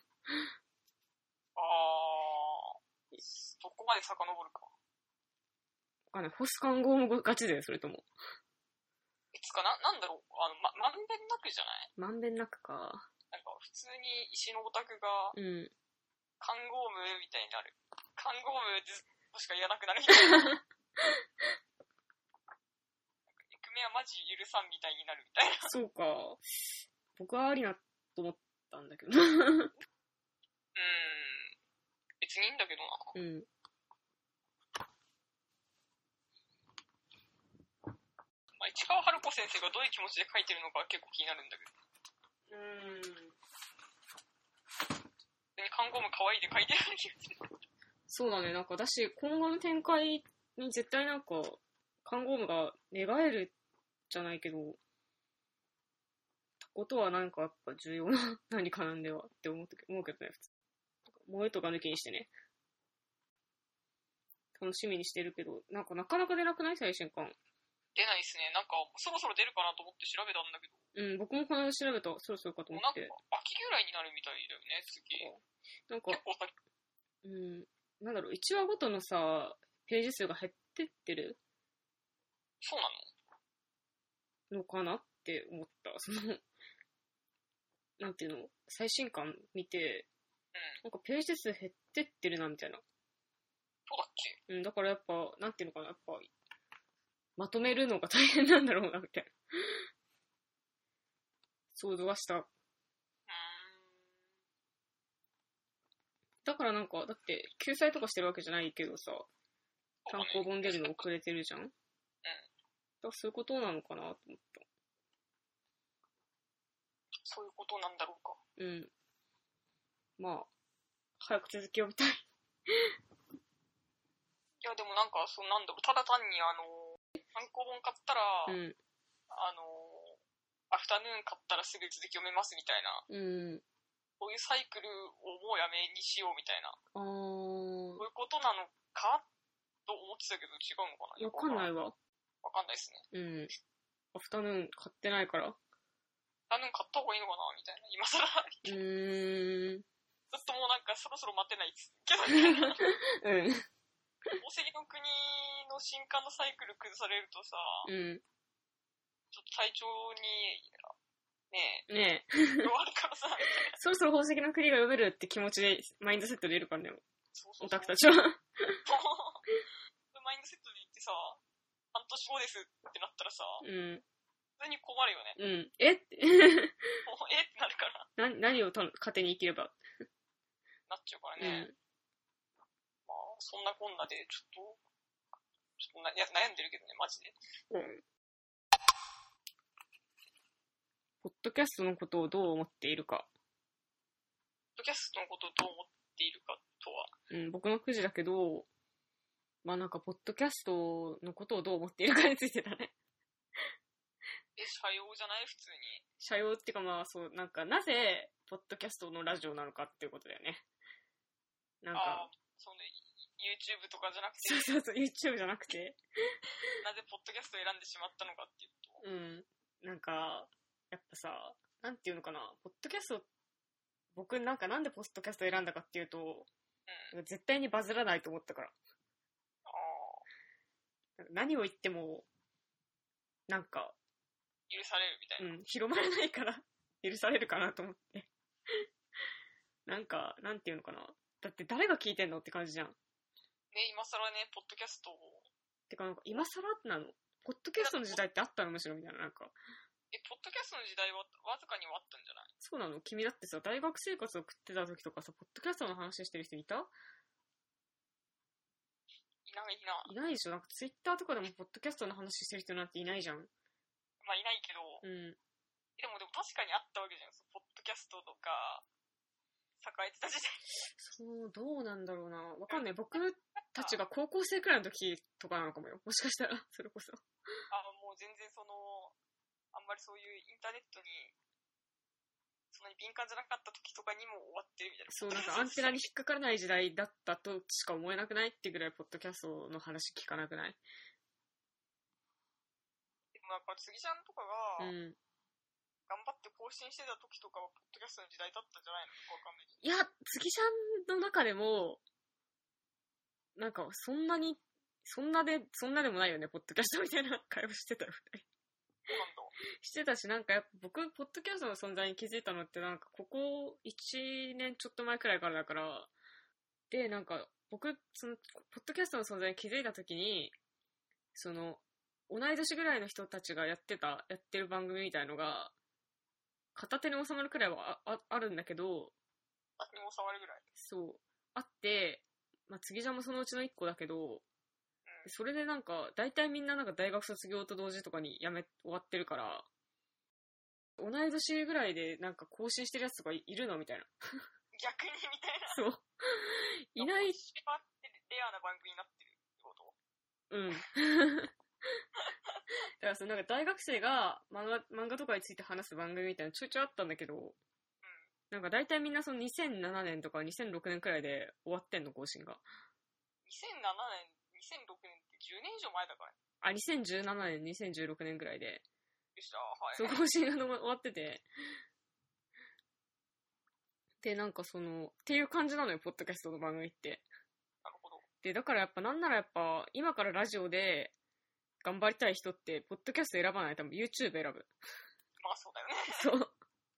そこまで遡るか。 ホスカンゴームガチ勢それとも。 いつかなんだろう、まんべんなくじゃない？ まんべんなくか。 なんか、普通に石のオタクが、カンゴームみたいになる。カンゴームとしか言わなくなるみたいな。エクメはマジ許さんみたいになるみたいな。 そうか。僕はありなと思ったんだけど。 別にいいんだけどな。まあ、市川春子先生がどういう気持ちで書いてるのか結構気になるんだけど。カンゴーム可愛いで書いてる気がする。 そうだね、なんか私、今後の展開に絶対なんか、カンゴームが寝返るじゃないけど、ことはなんかやっぱ重要な何かなんではって思うけどね、普通。萌えとか抜きにしてね。楽しみにしてるけど、なんかなかなか出なくない？最新刊。 出ないっすね。なんか、そろそろ出るかなと思って調べたんだけど。 僕もこの間調べた、そろそろかと思って。 なんか、秋ぐらいになるみたいだよね、次。 なんか、なんだろう、1話ごとのさ、ページ数が減ってってる？ そうなのかなって思った。なんていうの、最新刊見て、なんかページ数減ってってるな、みたいな。 そうだっけ？ だからやっぱ、なんていうのかな、やっぱ、まとめるのが大変なんだろうな、みたいな。想像はした。だからなんか、だって、救済とかしてるわけじゃないけどさ、単行本出るの遅れてるじゃん？だからそういうことなのかなと思った。 そういうことなんだろうか。 まあ、早く続きを見たい。いや、でもなんか、なんだろう、ただ単に単行本買ったら、アフタヌーン買ったらすぐ続き読めますみたいな。こういうサイクルをもうやめにしようみたいな。そういうことなのかと思ってたけど違うのかな？ わかんないわ。 わかんないですね。 アフタヌーン買ってないから。 アフタヌーン買った方がいいのかなみたいな。今更。ずっともうなんかそろそろ待てないっすけどみたいな。宝石の国の新刊のサイクル崩されるとさ、ちょっと体調に、ねえ、弱るからさ、 そろそろ宝石の国が読めるって気持ちでマインドセットでいるからね、オタクたちは。マインドセットで言ってさ、半年後ですってなったらさ、普通に困るよね。 えってってなるから。 何を糧に生きればなっちゃうからね。まあ、そんなこんなで、ちょっと悩んでるけどね、マジで。 ポッドキャストのことをどう思っているか。 ポッドキャストのことをどう思っているかとは。 僕のくじだけど、まあなんか、ポッドキャストのことをどう思っているかについてだね。 社用じゃない？普通に。 社用っていうかまあそう、なんか、なぜ、ポッドキャストのラジオなのかっていうことだよね。なんか。 そうね、YouTube とかじゃなくて。 そう、YouTube じゃなくて。 なぜポッドキャストを選んでしまったのかっていうと。なんか、やっぱさ、なんていうのかな、ポッドキャスト、僕なんでポッドキャストを選んだかっていうと、絶対にバズらないと思ったから。何を言っても、なんか、 許されるみたいな。 広まらないから許されるかなと思ってなんか、なんていうのかな、だって誰が聞いてんのって感じじゃん。 ね、今更ね、ポッドキャストをてかなんか今更なのポッドキャストの時代ってあったのむしろみたいな、なんか。 ポッドキャストの時代はわずかにはあったんじゃない？ そうなの？君だってさ、大学生活を送ってた時とかさ、ポッドキャストの話してる人いた？ いないでしょ。なんかツイッターとかでもポッドキャストの話してる人なんていないじゃん。 まあいないけど、でも確かにあったわけじゃん。ポッドキャストとか栄えてた時代。 そう、どうなんだろうな。わかんない。僕たちが高校生くらいの時とかなのかもよ。もしかしたら、それこそ。 もう全然あんまりそういうインターネットにそんなに敏感じゃなかった時とかにも終わってるみたいな。 そう、なんかアンテナに引っかからない時代だったとしか思えなくないってぐらいポッドキャストの話聞かなくない？ でもなんか杉ちゃんとかが、頑張って更新してた時とかはポッドキャストの時代だったんじゃないのかわかんないけど。 いや、杉ちゃんの中でも、なんかそんなでもないよね、ポッドキャストみたいな会話してたよ、二人。してたし、なんかやっぱ僕、ポッドキャストの存在に気づいたのって、なんかここ1年ちょっと前くらいからだから、で、なんか僕、ポッドキャストの存在に気づいたときに、同い年ぐらいの人たちがやってる番組みたいのが、片手に収まるくらいはあるんだけど、 片手に収まるぐらい？ そう。あって、まあ、次じゃもそのうちの1個だけど、それでなんか、大体みんななんか大学卒業と同時とかに終わってるから、同い年ぐらいでなんか更新してるやつとかいるのみたいな。 逆にみたいな。 そう。いない。 レアな番組になってるってこと？ だからなんか大学生が漫画とかについて話す番組みたいなちょいちょいあったんだけど、なんか大体みんなその2007年とか2006年くらいで終わってんの、更新が。 2007年、2006年って10年以上前だからね。 2017年、2016年くらいで。 でした、はい。 そう、更新が終わってて。で、なんかっていう感じなのよ、ポッドキャストの番組って。 なるほど。 で、だからなんなら今からラジオで頑張りたい人って、ポッドキャスト選ばない。多分 YouTube 選ぶ。 まあそうだよね。 そう。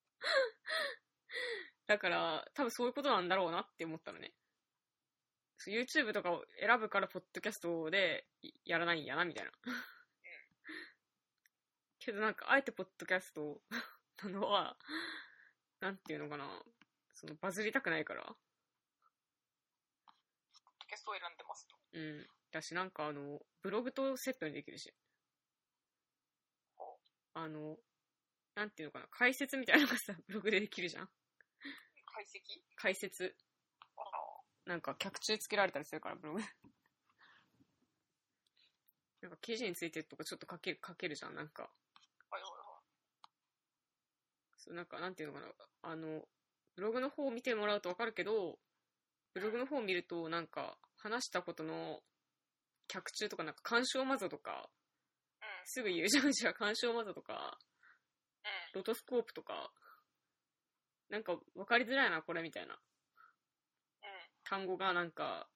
だから、多分そういうことなんだろうなって思ったのね。YouTube とかを選ぶからポッドキャストでやらないんやな、みたいな。けどなんか、あえてポッドキャストなのは、なんていうのかな。バズりたくないから。 ポッドキャストを選んでますと。 だし、なんかブログとセットにできるし。なんていうのかな。解説みたいなのがさ、ブログでできるじゃん。解説。なんか、脚注つけられたりするから、ブログ。なんか、記事についてとかちょっと書けるじゃん、なんか。そう、なんか、なんていうのかな。ブログの方を見てもらうとわかるけど、ブログの方を見ると、なんか、話したことの脚注とか、なんか、干渉マゾとか、すぐ言うじゃん、じゃあ、干渉マゾとか、ロトスコープとか、なんか、わかりづらいな、これ、みたいな。単語がなんか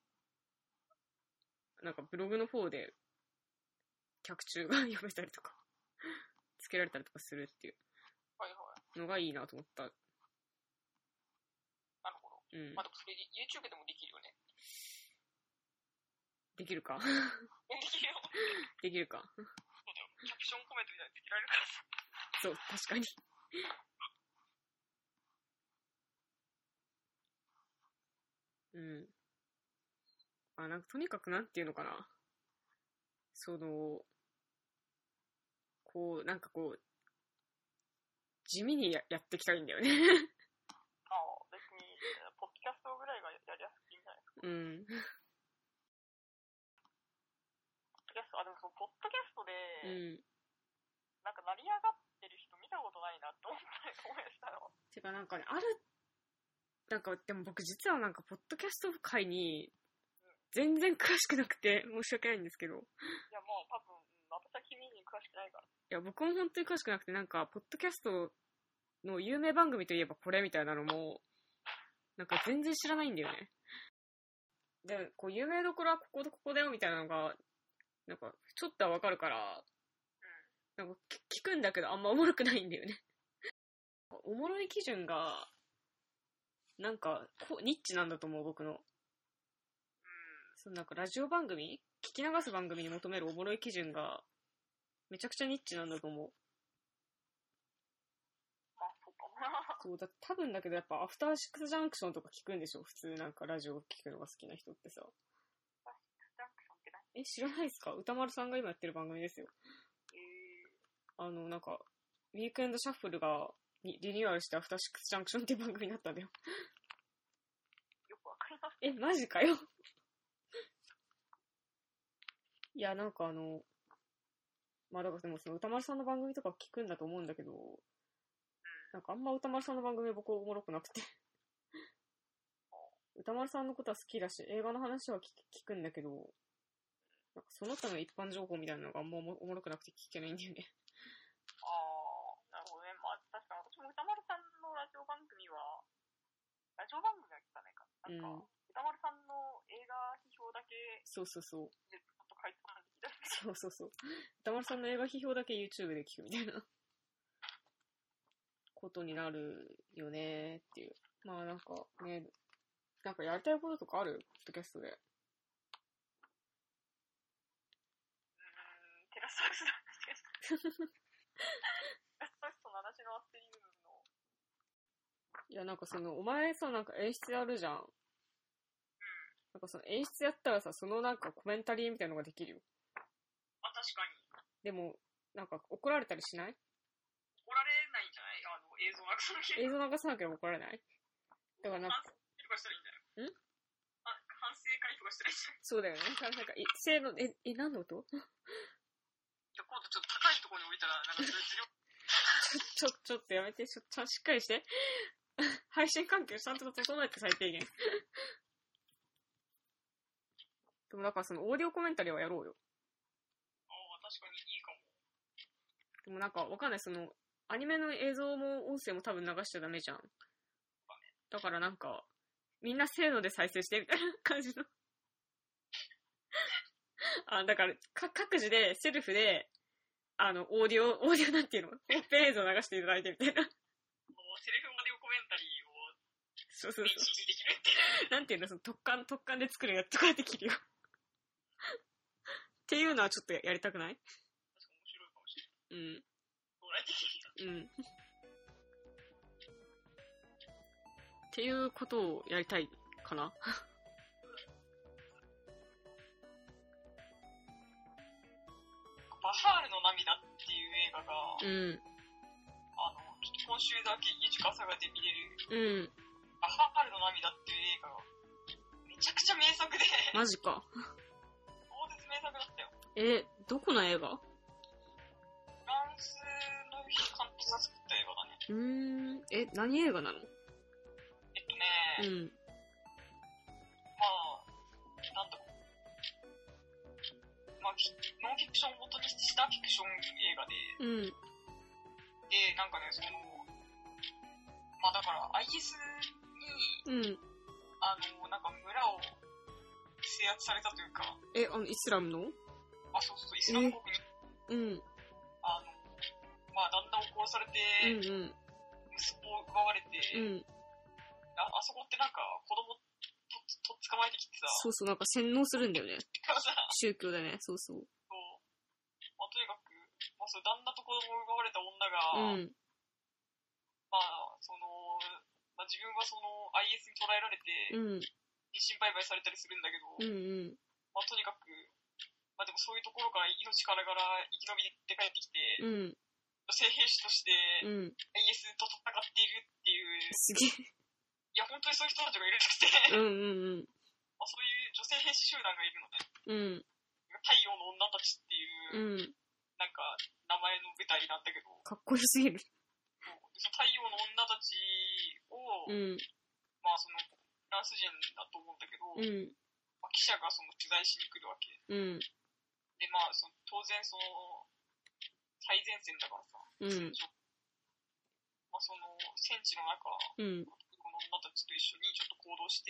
ブログの方で脚注が読めたりとかつけられたりとかするっていうのがいいなと思った。 なるほど。まあでもそれ YouTube でもできるよね。 できるか。 できるよ。 できるか。 そうだよ。キャプションコメントみたいにつけられるからさ。 そう、確かに。なんかとにかくなんていうのかな。なんか地味にやっていきたいんだよね。 別に、ポッドキャストぐらいがやりやすいんじゃないですか。でもポッドキャストで、なんか成り上がってる人見たことないなって思いしたの。 てかなんかね、なんかでも僕実はなんかポッドキャスト界に全然詳しくなくて申し訳ないんですけど。いやもう多分私は君に詳しくないから。いや僕も本当に詳しくなくて、なんかポッドキャストの有名番組といえばこれみたいなのもなんか全然知らないんだよね。で有名どころはこことここだよみたいなのがなんかちょっとはわかるから、なんか聞くんだけどあんまおもろくないんだよね。おもろい基準がなんかニッチなんだと思う、僕の。 そのなんかラジオ番組聞き流す番組に求めるおもろい基準がめちゃくちゃニッチなんだと思う。 まあ、そうかもな。 そうだ、多分だけどやっぱアフターシックスジャンクションとか聞くんでしょ普通なんかラジオ聞くのが好きな人ってさ。 アフターシックスジャンクションって何？ 知らないですか？歌丸さんが今やってる番組ですよ。なんか、ウィークエンドシャッフルがリニューアルしてアフターシックスジャンクションっていう番組になったんだよ。 よくわかります。 マジかよ。いや、なんかまあだからでもその歌丸さんの番組とか聞くんだと思うんだけど、なんかあんま歌丸さんの番組は僕おもろくなくて。歌丸さんのことは好きだし、映画の話は聞くんだけど、なんかその他の一般情報みたいなのがあんまおもろくなくて聞けないんだよね。 なるほどね。まあ確かに私も歌丸さんのラジオ番組は聞かないか。なんか、歌丸さんの映画批評だけ、 そうそうそう。 ちょっと書いてもらってきた。 そうそうそう。歌丸さんの映画批評だけ YouTube で聞くみたいなことになるよねっていう。まあなんかね、なんかやりたいこととかある？ポッドキャストで。 テラスハウスだ。テラスハウスと七種のアステリウムの。 いやなんかお前さ、なんか演出やるじゃん。なんか演出やったらさ、そのなんかコメンタリーみたいなのができるよ。 あ、確かでに。 も、なんか怒られたりしない？ 怒られないんじゃない？映像流さなきゃ。 映像流さなければ怒られない？だからなんか。 反省とかしたらいいんだよ。反省会とかしたらいいんじゃない？ そうだよね。なんか、せーの、何の音？ 今度ちょっと高いところに置いたら、なんかそれちょっとやめて、しっかりして。配信環境ちゃんと整えて最低限。でもだからオーディオコメンタリーはやろうよ。 確かにいいかも。 でもなんかわかんない、アニメの映像も音声も多分流しちゃダメじゃん。だからなんか、みんなせーので再生してみたいな感じの。だから、各自で、セルフで、オーディオなんていうの？本編映像流していただいてみたいな。 セルフオーディオコメンタリーを、 そう。 できるって。 なんていうの、特貫で作るやつとかできるよ。っていうのはちょっとやりたくない？ 確か面白いかもしれない。将来的に。 っていうことをやりたいかな。 バハールの涙っていう映画が、今週だけ朝がで見れる、バハールの涙っていう映画がめちゃくちゃ名作で。 マジか。 超絶名作だったよ。 どこの映画？ フランスの監督が作った映画だね。 何映画なの？ まあ、なんだろう。まあ、ノンフィクションを元にしたフィクション映画で、で、なんかね、まあだから、IS に、なんか村を制圧されたというか、 イスラムの？ そう、イスラム国に、まあ、旦那を殺されて、息子を奪われて、あそこってなんか子供と捕まえてきてさ。 そう、なんか洗脳するんだよね。宗教だね、そう。 まあ、とにかく、まあ、旦那と子供を奪われた女が、まあ、自分はIS に捕らえられて、人身売買されたりするんだけど、まあ、とにかく、まあ、でもそういうところから命からがら生き延びて帰ってきて、女性兵士として、IS と戦っているっていう。 すげえ。 いや、本当にそういう人たちがいるらしくて、まあ、そういう女性兵士集団がいるのね。太陽の女たちっていう、なんか、名前の舞台なんだけど。 かっこよすぎる。 太陽の女たちを、まあフランス人だと思うんだけど、まあ、記者が取材しに来るわけ。で、まあ当然最前線だからさ、まあ戦地の中、この女たちと一緒にちょっと行動して、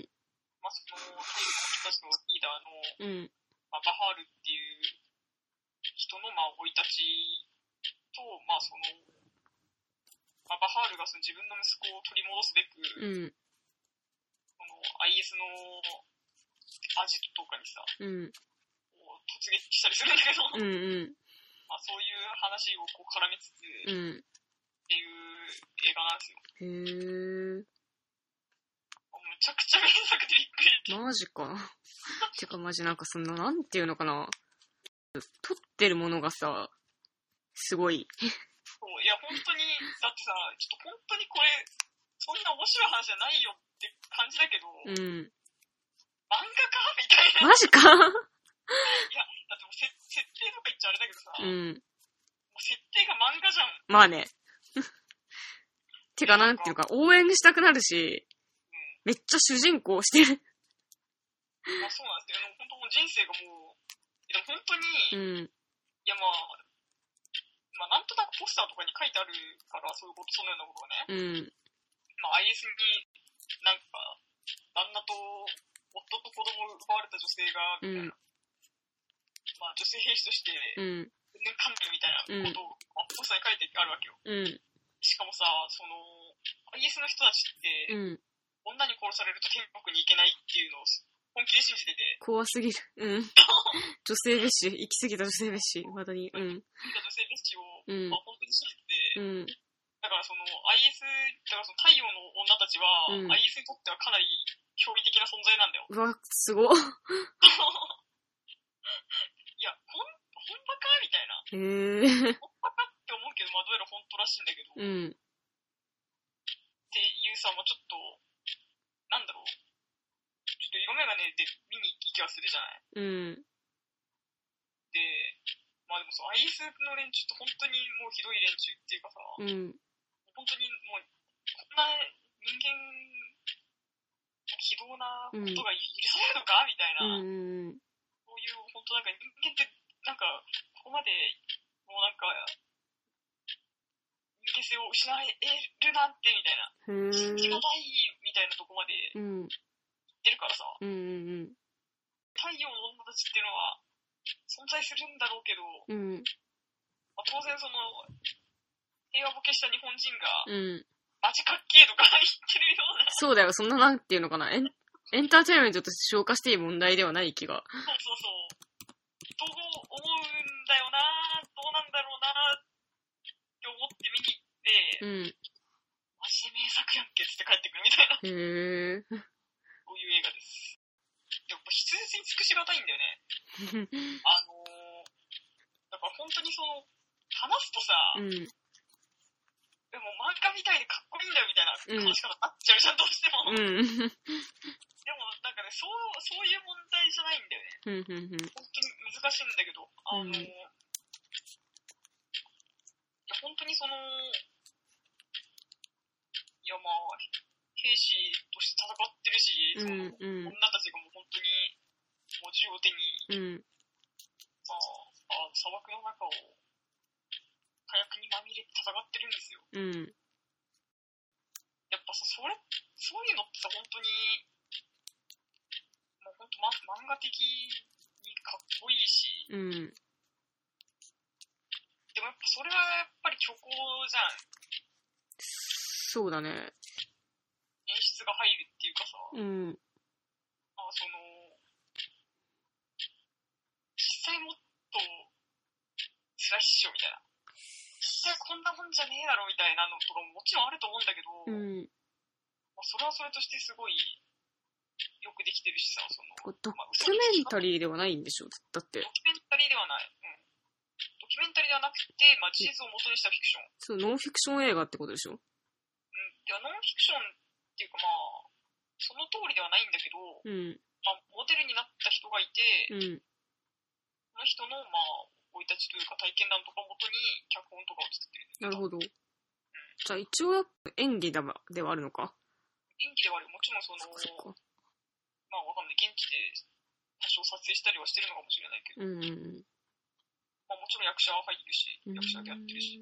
まあ太陽の人たちのリーダーの、まあ、バハールっていう人のまあ生い立ちと、まあまあ、バハールが自分の息子を取り戻すべく、IS のアジトとかにさ、 うん。 突撃したりするんだけど、 うんうん。 まあそういう話をこう絡めつつ、 うん。 っていう映画なんですよ。 へー。 めちゃくちゃ名作でびっくり。 マジか。てかマジなんかそんな、なんていうのかな。撮ってるものがさ、すごい。 そう、いや本当に、だってさ、ちょっと本当にこれ、そんな面白い話じゃないよって感じだけど、 うん。 漫画かみたいな。 マジか。 いや、だってもう設定とか言っちゃあれだけどさ、 うん。 もう設定が漫画じゃん。 まあね。てかなんていうか、応援したくなるし、めっちゃ主人公してる。 まあそうなんですけど、本当もう人生がもう、でも本当に、 うん。 いやまあなんとなくポスターとかに書いてあるから、そういうこと、そのようなことがね。 うん。 まあ IS になんか、旦那と夫と子供を奪われた女性が、みたいな。 うん。 まあ女性兵士として、 うん。 観念みたいなことを、まあ、ポスターに書いてあるわけよ。 うん。しかもさ、その、IS の人たちって、 うん。 女に殺されると天国に行けないっていうのを本気で信じてて。 怖すぎる。うん。女性蔑視、行き過ぎた女性蔑視、まだに。うん。 女性蔑視を、 うん、 まあ、本当に信じてて、 うん。 だからその IS、だからその太陽の女たちは、うん、IS にとってはかなり驚異的な存在なんだよ。 うわ、すごっ。 いや、ほんまかみたいな。 へぇー。 ほんまかって思うけど、まあどうやら本当らしいんだけど。 うん。 っていうさ、もうちょっと、なんだろう。ちょっと色眼鏡で見に行きはするじゃない。 うん。 で、まあでもそう、IS の連中って本当にもうひどい連中っていうかさ、 うん。 本当にもう、こんな人間、非道なことが許されるのかみたいな。 うん。 そういう、本当なんか人間って、なんか、ここまで、もうなんか、人間性を失えるなんて、みたいな。信じがたい、みたいなとこまで、行ってるからさ。 うん。 太陽の女たちっていうのは、存在するんだろうけど、まあ、当然その、平和ボケした日本人が、マジかっけーとか言ってるような。 そうだよ、そんななんていうのかな。エンターテインメントとして消化していい問題ではない気が。 そう。どう思うんだよな、どうなんだろうなって思って見に行って、マジで名作やんけって帰ってくるみたいな。 へぇー。 そういう映画です。でも、筆舌に尽くしがたいんだよね。だから本当にその、話すとさ、でも漫画みたいでかっこいいんだよみたいな話し方になっちゃうじゃん、どうしても。でもなんかね、そういう問題じゃないんだよね。本当に難しいんだけど、いや本当にその、いやまあ、兵士として戦ってるし、その女たちがもう本当に、もう銃を手に、まあ、砂漠の中を、火薬にまみれて戦ってるんですよ。やっぱさ、そういうのってさ、本当に、もう本当漫画的にかっこいいし、でもやっぱそれはやっぱり虚構じゃん。 そうだね。 演出が入るっていうかさ、その、実際もっと辛いっしょみたいな。実際こんなもんじゃねえだろみたいなのとかももちろんあると思うんだけど、まあ、それはそれとしてすごいよくできてるしさ、その。 ドキュメンタリーではないんでしょだって。 ドキュメンタリーではない。ドキュメンタリーではなくて、まあ、事実を元にしたフィクション。 そう、ノンフィクション映画ってことでしょ？ いや、ノンフィクションっていうかまあ、その通りではないんだけど、まあ、モデルになった人がいて、その人の、まあ、生い立ちというか体験談とかを元に脚本とかを作ってる。 なるほど。じゃあ一応演技ではあるのか？ 演技ではある。もちろんその、まあわかんない。現地で多少撮影したりはしてるのかもしれないけど、まあもちろん役者は入ってるし、役者でやってるし。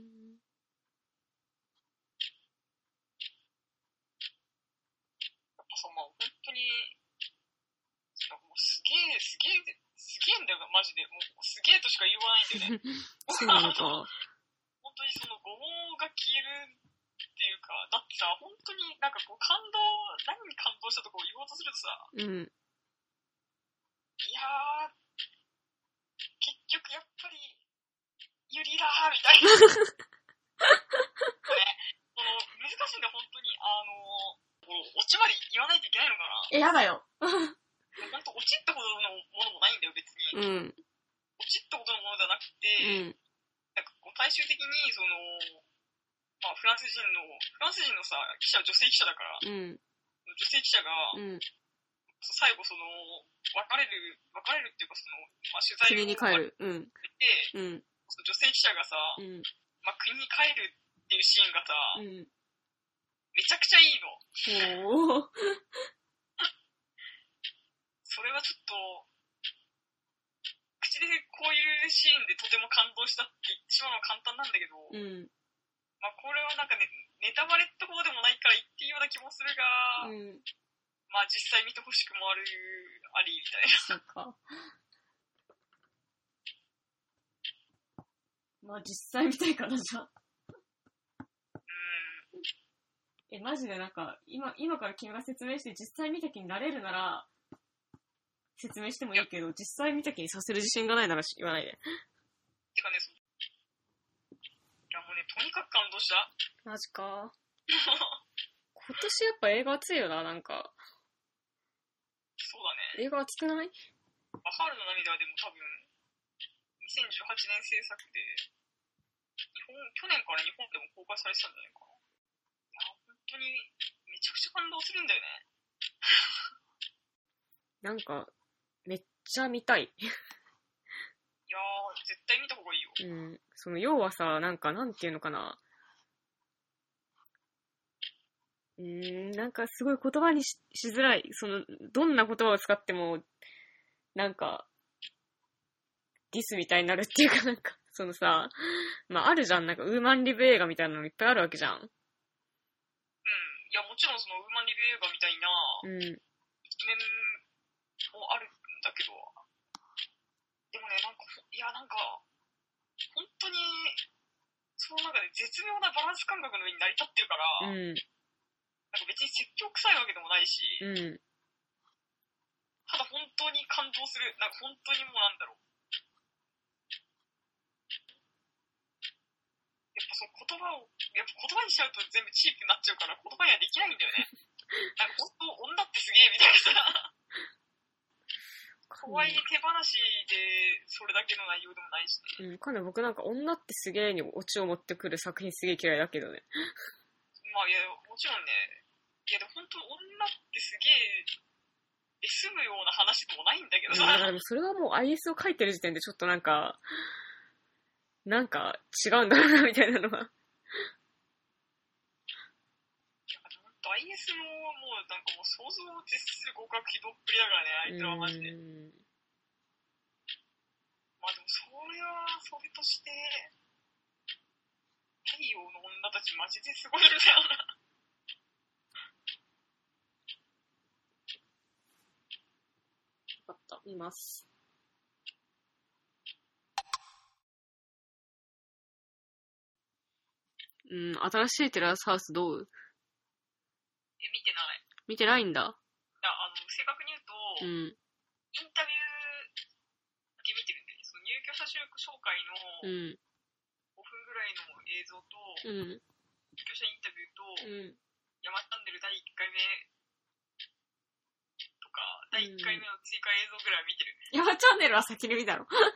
やっぱさ、まあ本当に、なんかもうすげえんだよな、マジで。もうすげえとしか言わないんだよね。 そうなのか。 本当にその語網が消えるっていうか、だってさ、本当になんかこう何に感動したとこを言おうとするとさ、 いやー、結局やっぱり、ユリラーみたいな。ね、難しいんだ、本当に。オチまで言わないといけないのかな。 やだよ。 本当、オチってほどのものもないんだよ、別に。オチってほどのものじゃなくて、なんかこう、最終的に、まあ、フランス人のさ、記者は女性記者だから、女性記者が、最後別れるっていうかまあ、取材を国に帰る。 で、女性記者がさ、まあ、国に帰るっていうシーンがさ、めちゃくちゃいいの。それはちょっと、口でこういうシーンでとても感動したって言ってしまうのは簡単なんだけど、まあこれはなんかね、ネタバレって方でもないから言っていいような気もするが、まあ実際見てほしくもありみたいな。 そうか。まあ実際見たいからじゃ。マジでなんか、今から君が説明して実際見た気になれるなら、説明してもいいけど、実際見た気にさせる自信がないなら言わないで。 てかね、いやもうね、とにかく感動した。 マジか。今年やっぱ映画熱いよな、なんか。 そうだね。 映画熱くない？ 春の涙はでも多分、2018年制作で、去年から日本でも公開されてたんじゃないかな。いや、本当に、めちゃくちゃ感動するんだよね。 なんか、めっちゃ見たい。いやー、絶対見た方がいいよ。 要はさ、なんか、なんていうのかな。なんかすごい言葉に しづらい。どんな言葉を使っても、なんか、ディスみたいになるっていうかなんか、さ、まああるじゃん、なんかウーマンリブ映画みたいなのいっぱいあるわけじゃん。 いや、もちろんウーマンリブ映画みたいな、一面もあるんだけど、でもね、なんか、本当に、その中で絶妙なバランス感覚の上に成り立ってるから、なんか別に説教臭いわけでもないし、ただ本当に感動する、なんか本当にもうなんだろう。やっぱ言葉にしちゃうと全部チープになっちゃうから言葉にはできないんだよね。なんか本当、女ってすげえみたいなさ。怖い手放しでそれだけの内容でもないしね。 かなり僕なんか女ってすげえにオチを持ってくる作品すげえ嫌いだけどね。 まあいや、もちろんね。いやでも本当女ってすげえで済むような話でもないんだけどさ。 だからでもそれはもう IS を書いてる時点でちょっとなんか違うんだろうなみたいなのは。 IS ももうなんかもう想像を絶する極悪非道っぷりだからね、あいつはマジで。まあでもそれはそれとして、太陽の女たちマジですごいんだよな。 分かった、見ます。新しいテラスハウスどう？ 見てない。 見てないんだ。 正確に言うと、インタビューだけ見てるんで、その入居者紹介の5分ぐらいの映像と、入居者インタビューと、山チャンネル第1回目とか、第1回目の追加映像ぐらいは見てる。 山チャンネルは先に見たろ。 ちょっと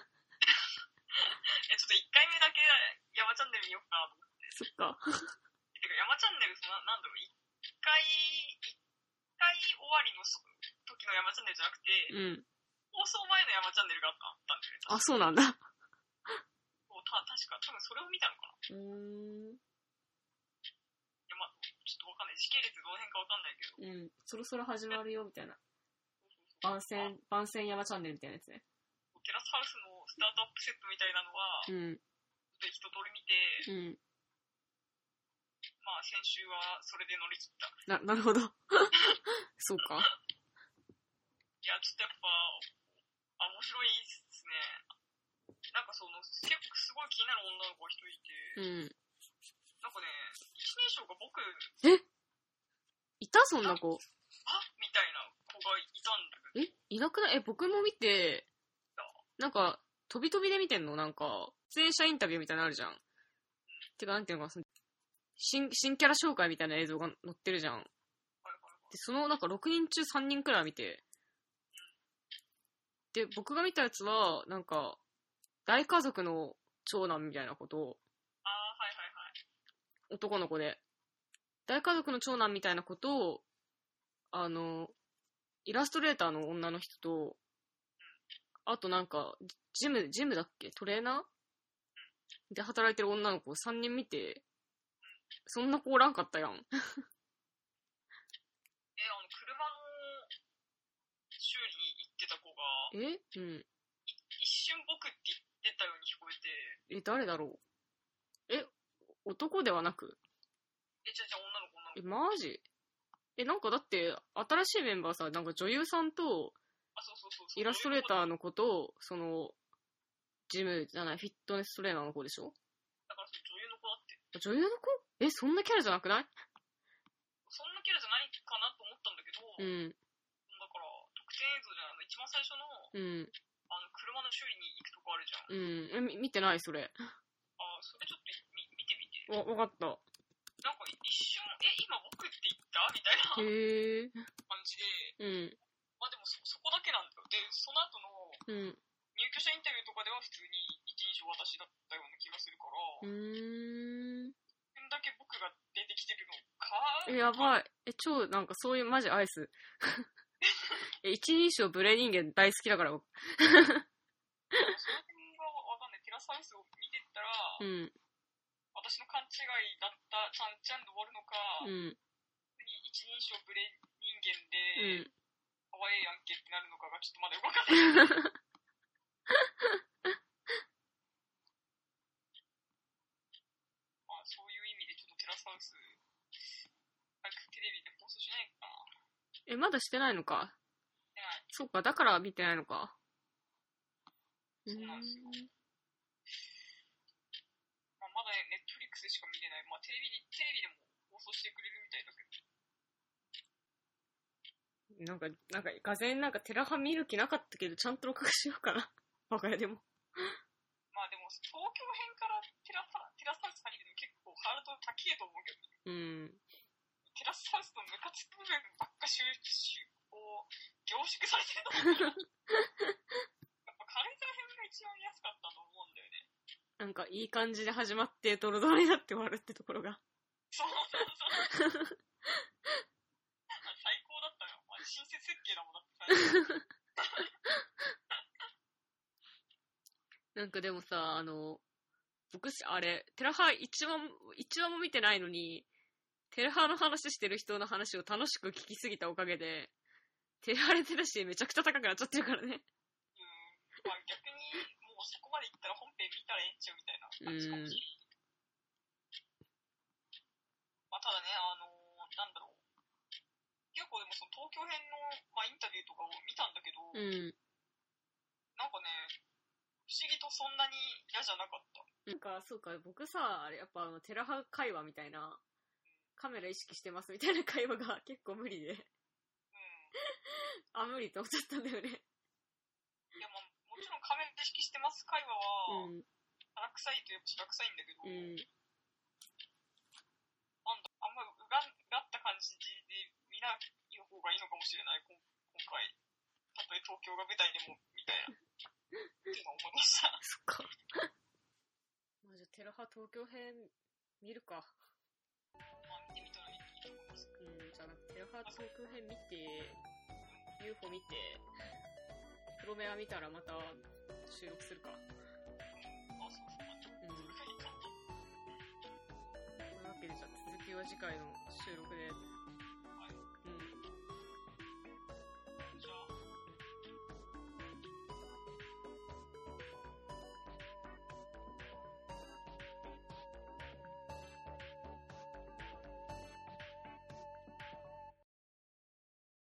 1回目だけ山チャンネル見ようかなと思って。 そっか。 てか山チャンネル、なんだろう、1回終わりの時の山チャンネルじゃなくて、放送前の山チャンネルがあったんだよね。 あ、そうなんだ。 確か、多分それを見たのかな。いや、まあ、ちょっとわかんない。時系列どの辺かわかんないけど。 そろそろ始まるよ、みたいな。番宣山チャンネルみたいなやつね。 テラスハウスのスタートアップセットみたいなのは、一通り見て、まあ、先週はそれで乗り切った。 なるほど。そうか。 いや、ちょっとやっぱ、面白いですね。なんか結構すごい気になる女の子が一人いて、なんかね、一年生が僕、 いたそんな子。 みたいな子がいたんだけど。 いなくない？僕も見て、なんか、飛び飛びで見てんの？なんか、出演者インタビューみたいなのあるじゃん。てか、なんていうのかな、新キャラ紹介みたいな映像が載ってるじゃん。で、そのなんか6人中3人くらい見て、で、僕が見たやつは、なんか、大家族の長男みたいなことを、 はいはいはい。 男の子で、大家族の長男みたいなことを、イラストレーターの女の人と、あとなんか、ジムだっけ？トレーナーで働いてる女の子を3人見て、そんな子おらんかったやん。 車の修理に行ってた子が、一瞬僕って言ってたように聞こえて。 誰だろう？男ではなく？ じゃあ女の子。 マジ？なんかだって、新しいメンバーさ、なんか女優さんと、イラストレーターの子と、その、ジムじゃない、フィットネストレーナーの子でしょ？ だから女優の子だって。 女優の子？そんなキャラじゃなくない？ そんなキャラじゃないかなと思ったんだけど、だから、特典映像じゃないの、一番最初の、車の修理に行くとこあるじゃん。 見てない、それ。 それちょっと見てみて。 わかった。 なんか一瞬、今僕って言ったみたいな感じで、まあでもそこだけなんだよ。で、その後の入居者インタビューとかでは普通に一人称私だったような気がするから、そんだけ僕が出てきてるのか。 やばい。超なんかそういうマジアイス。一人称ブレ人間大好きだから僕。 その辺がわかんない。テラスハウスを見てったら、私の勘違いだったちゃんちゃんで終わるのか、一人称ブレ人間で、かわいいやんけってなるのかがちょっとまだよくわかんない。そういう意味でちょっとテラスハウス、早くテレビで放送しないかな。 まだしてないのか。 してない。 そうか、だから見てないのか。 そうなんですよ。まだネットフリックスでしか見れない。テレビでも放送してくれるみたいだけど。なんか、がぜんなんかテラハ見る気なかったけど、ちゃんと録画しようかな。我が家でも。 でも、東京編からテラスハウス借りるの結構ハードル高いと思うけどね。テラスハウスのムカつく部分ばっか凝縮されてるのかな。やっぱ軽井沢編が一番見やすかったと思うんだよね。 なんかいい感じで始まってドロドロになって終わるってところが。 そう。最高だったよ。親切設計だもんだって。 なんかでもさ、僕あれ、テラハ一話も見てないのに、テラハの話してる人の話を楽しく聞きすぎたおかげで、テラハレテラシーめちゃくちゃ高くなっちゃってるからね。 逆に、もうそこまでいったら本編見たらええんちゃうみたいな感じかもしれない。ただね、なんだろう。結構でもその東京編の、インタビューとかを見たんだけど、なんかね、不思議とそんなに嫌じゃなかった。 なんか、そうか、僕さ、あれやっぱテラハ会話みたいな、カメラ意識してますみたいな会話が結構無理で。無理って思っちゃったんだよね。 いや、もちろんカメラ意識してます会話は、腹臭いといえば腹臭いんだけど、あんまうがった感じで見ない方がいいのかもしれない、今回。たとえ東京が舞台でも、みたいな。っていうのを思いました。 そっか。じゃあ、テラハ東京編見るか。 見てみたらいいと思います。 じゃあ、テラハ東京編見て、UFO 見て、プロメア見たらまた収録するか。というわけで、じゃあ続きは次回の収録で。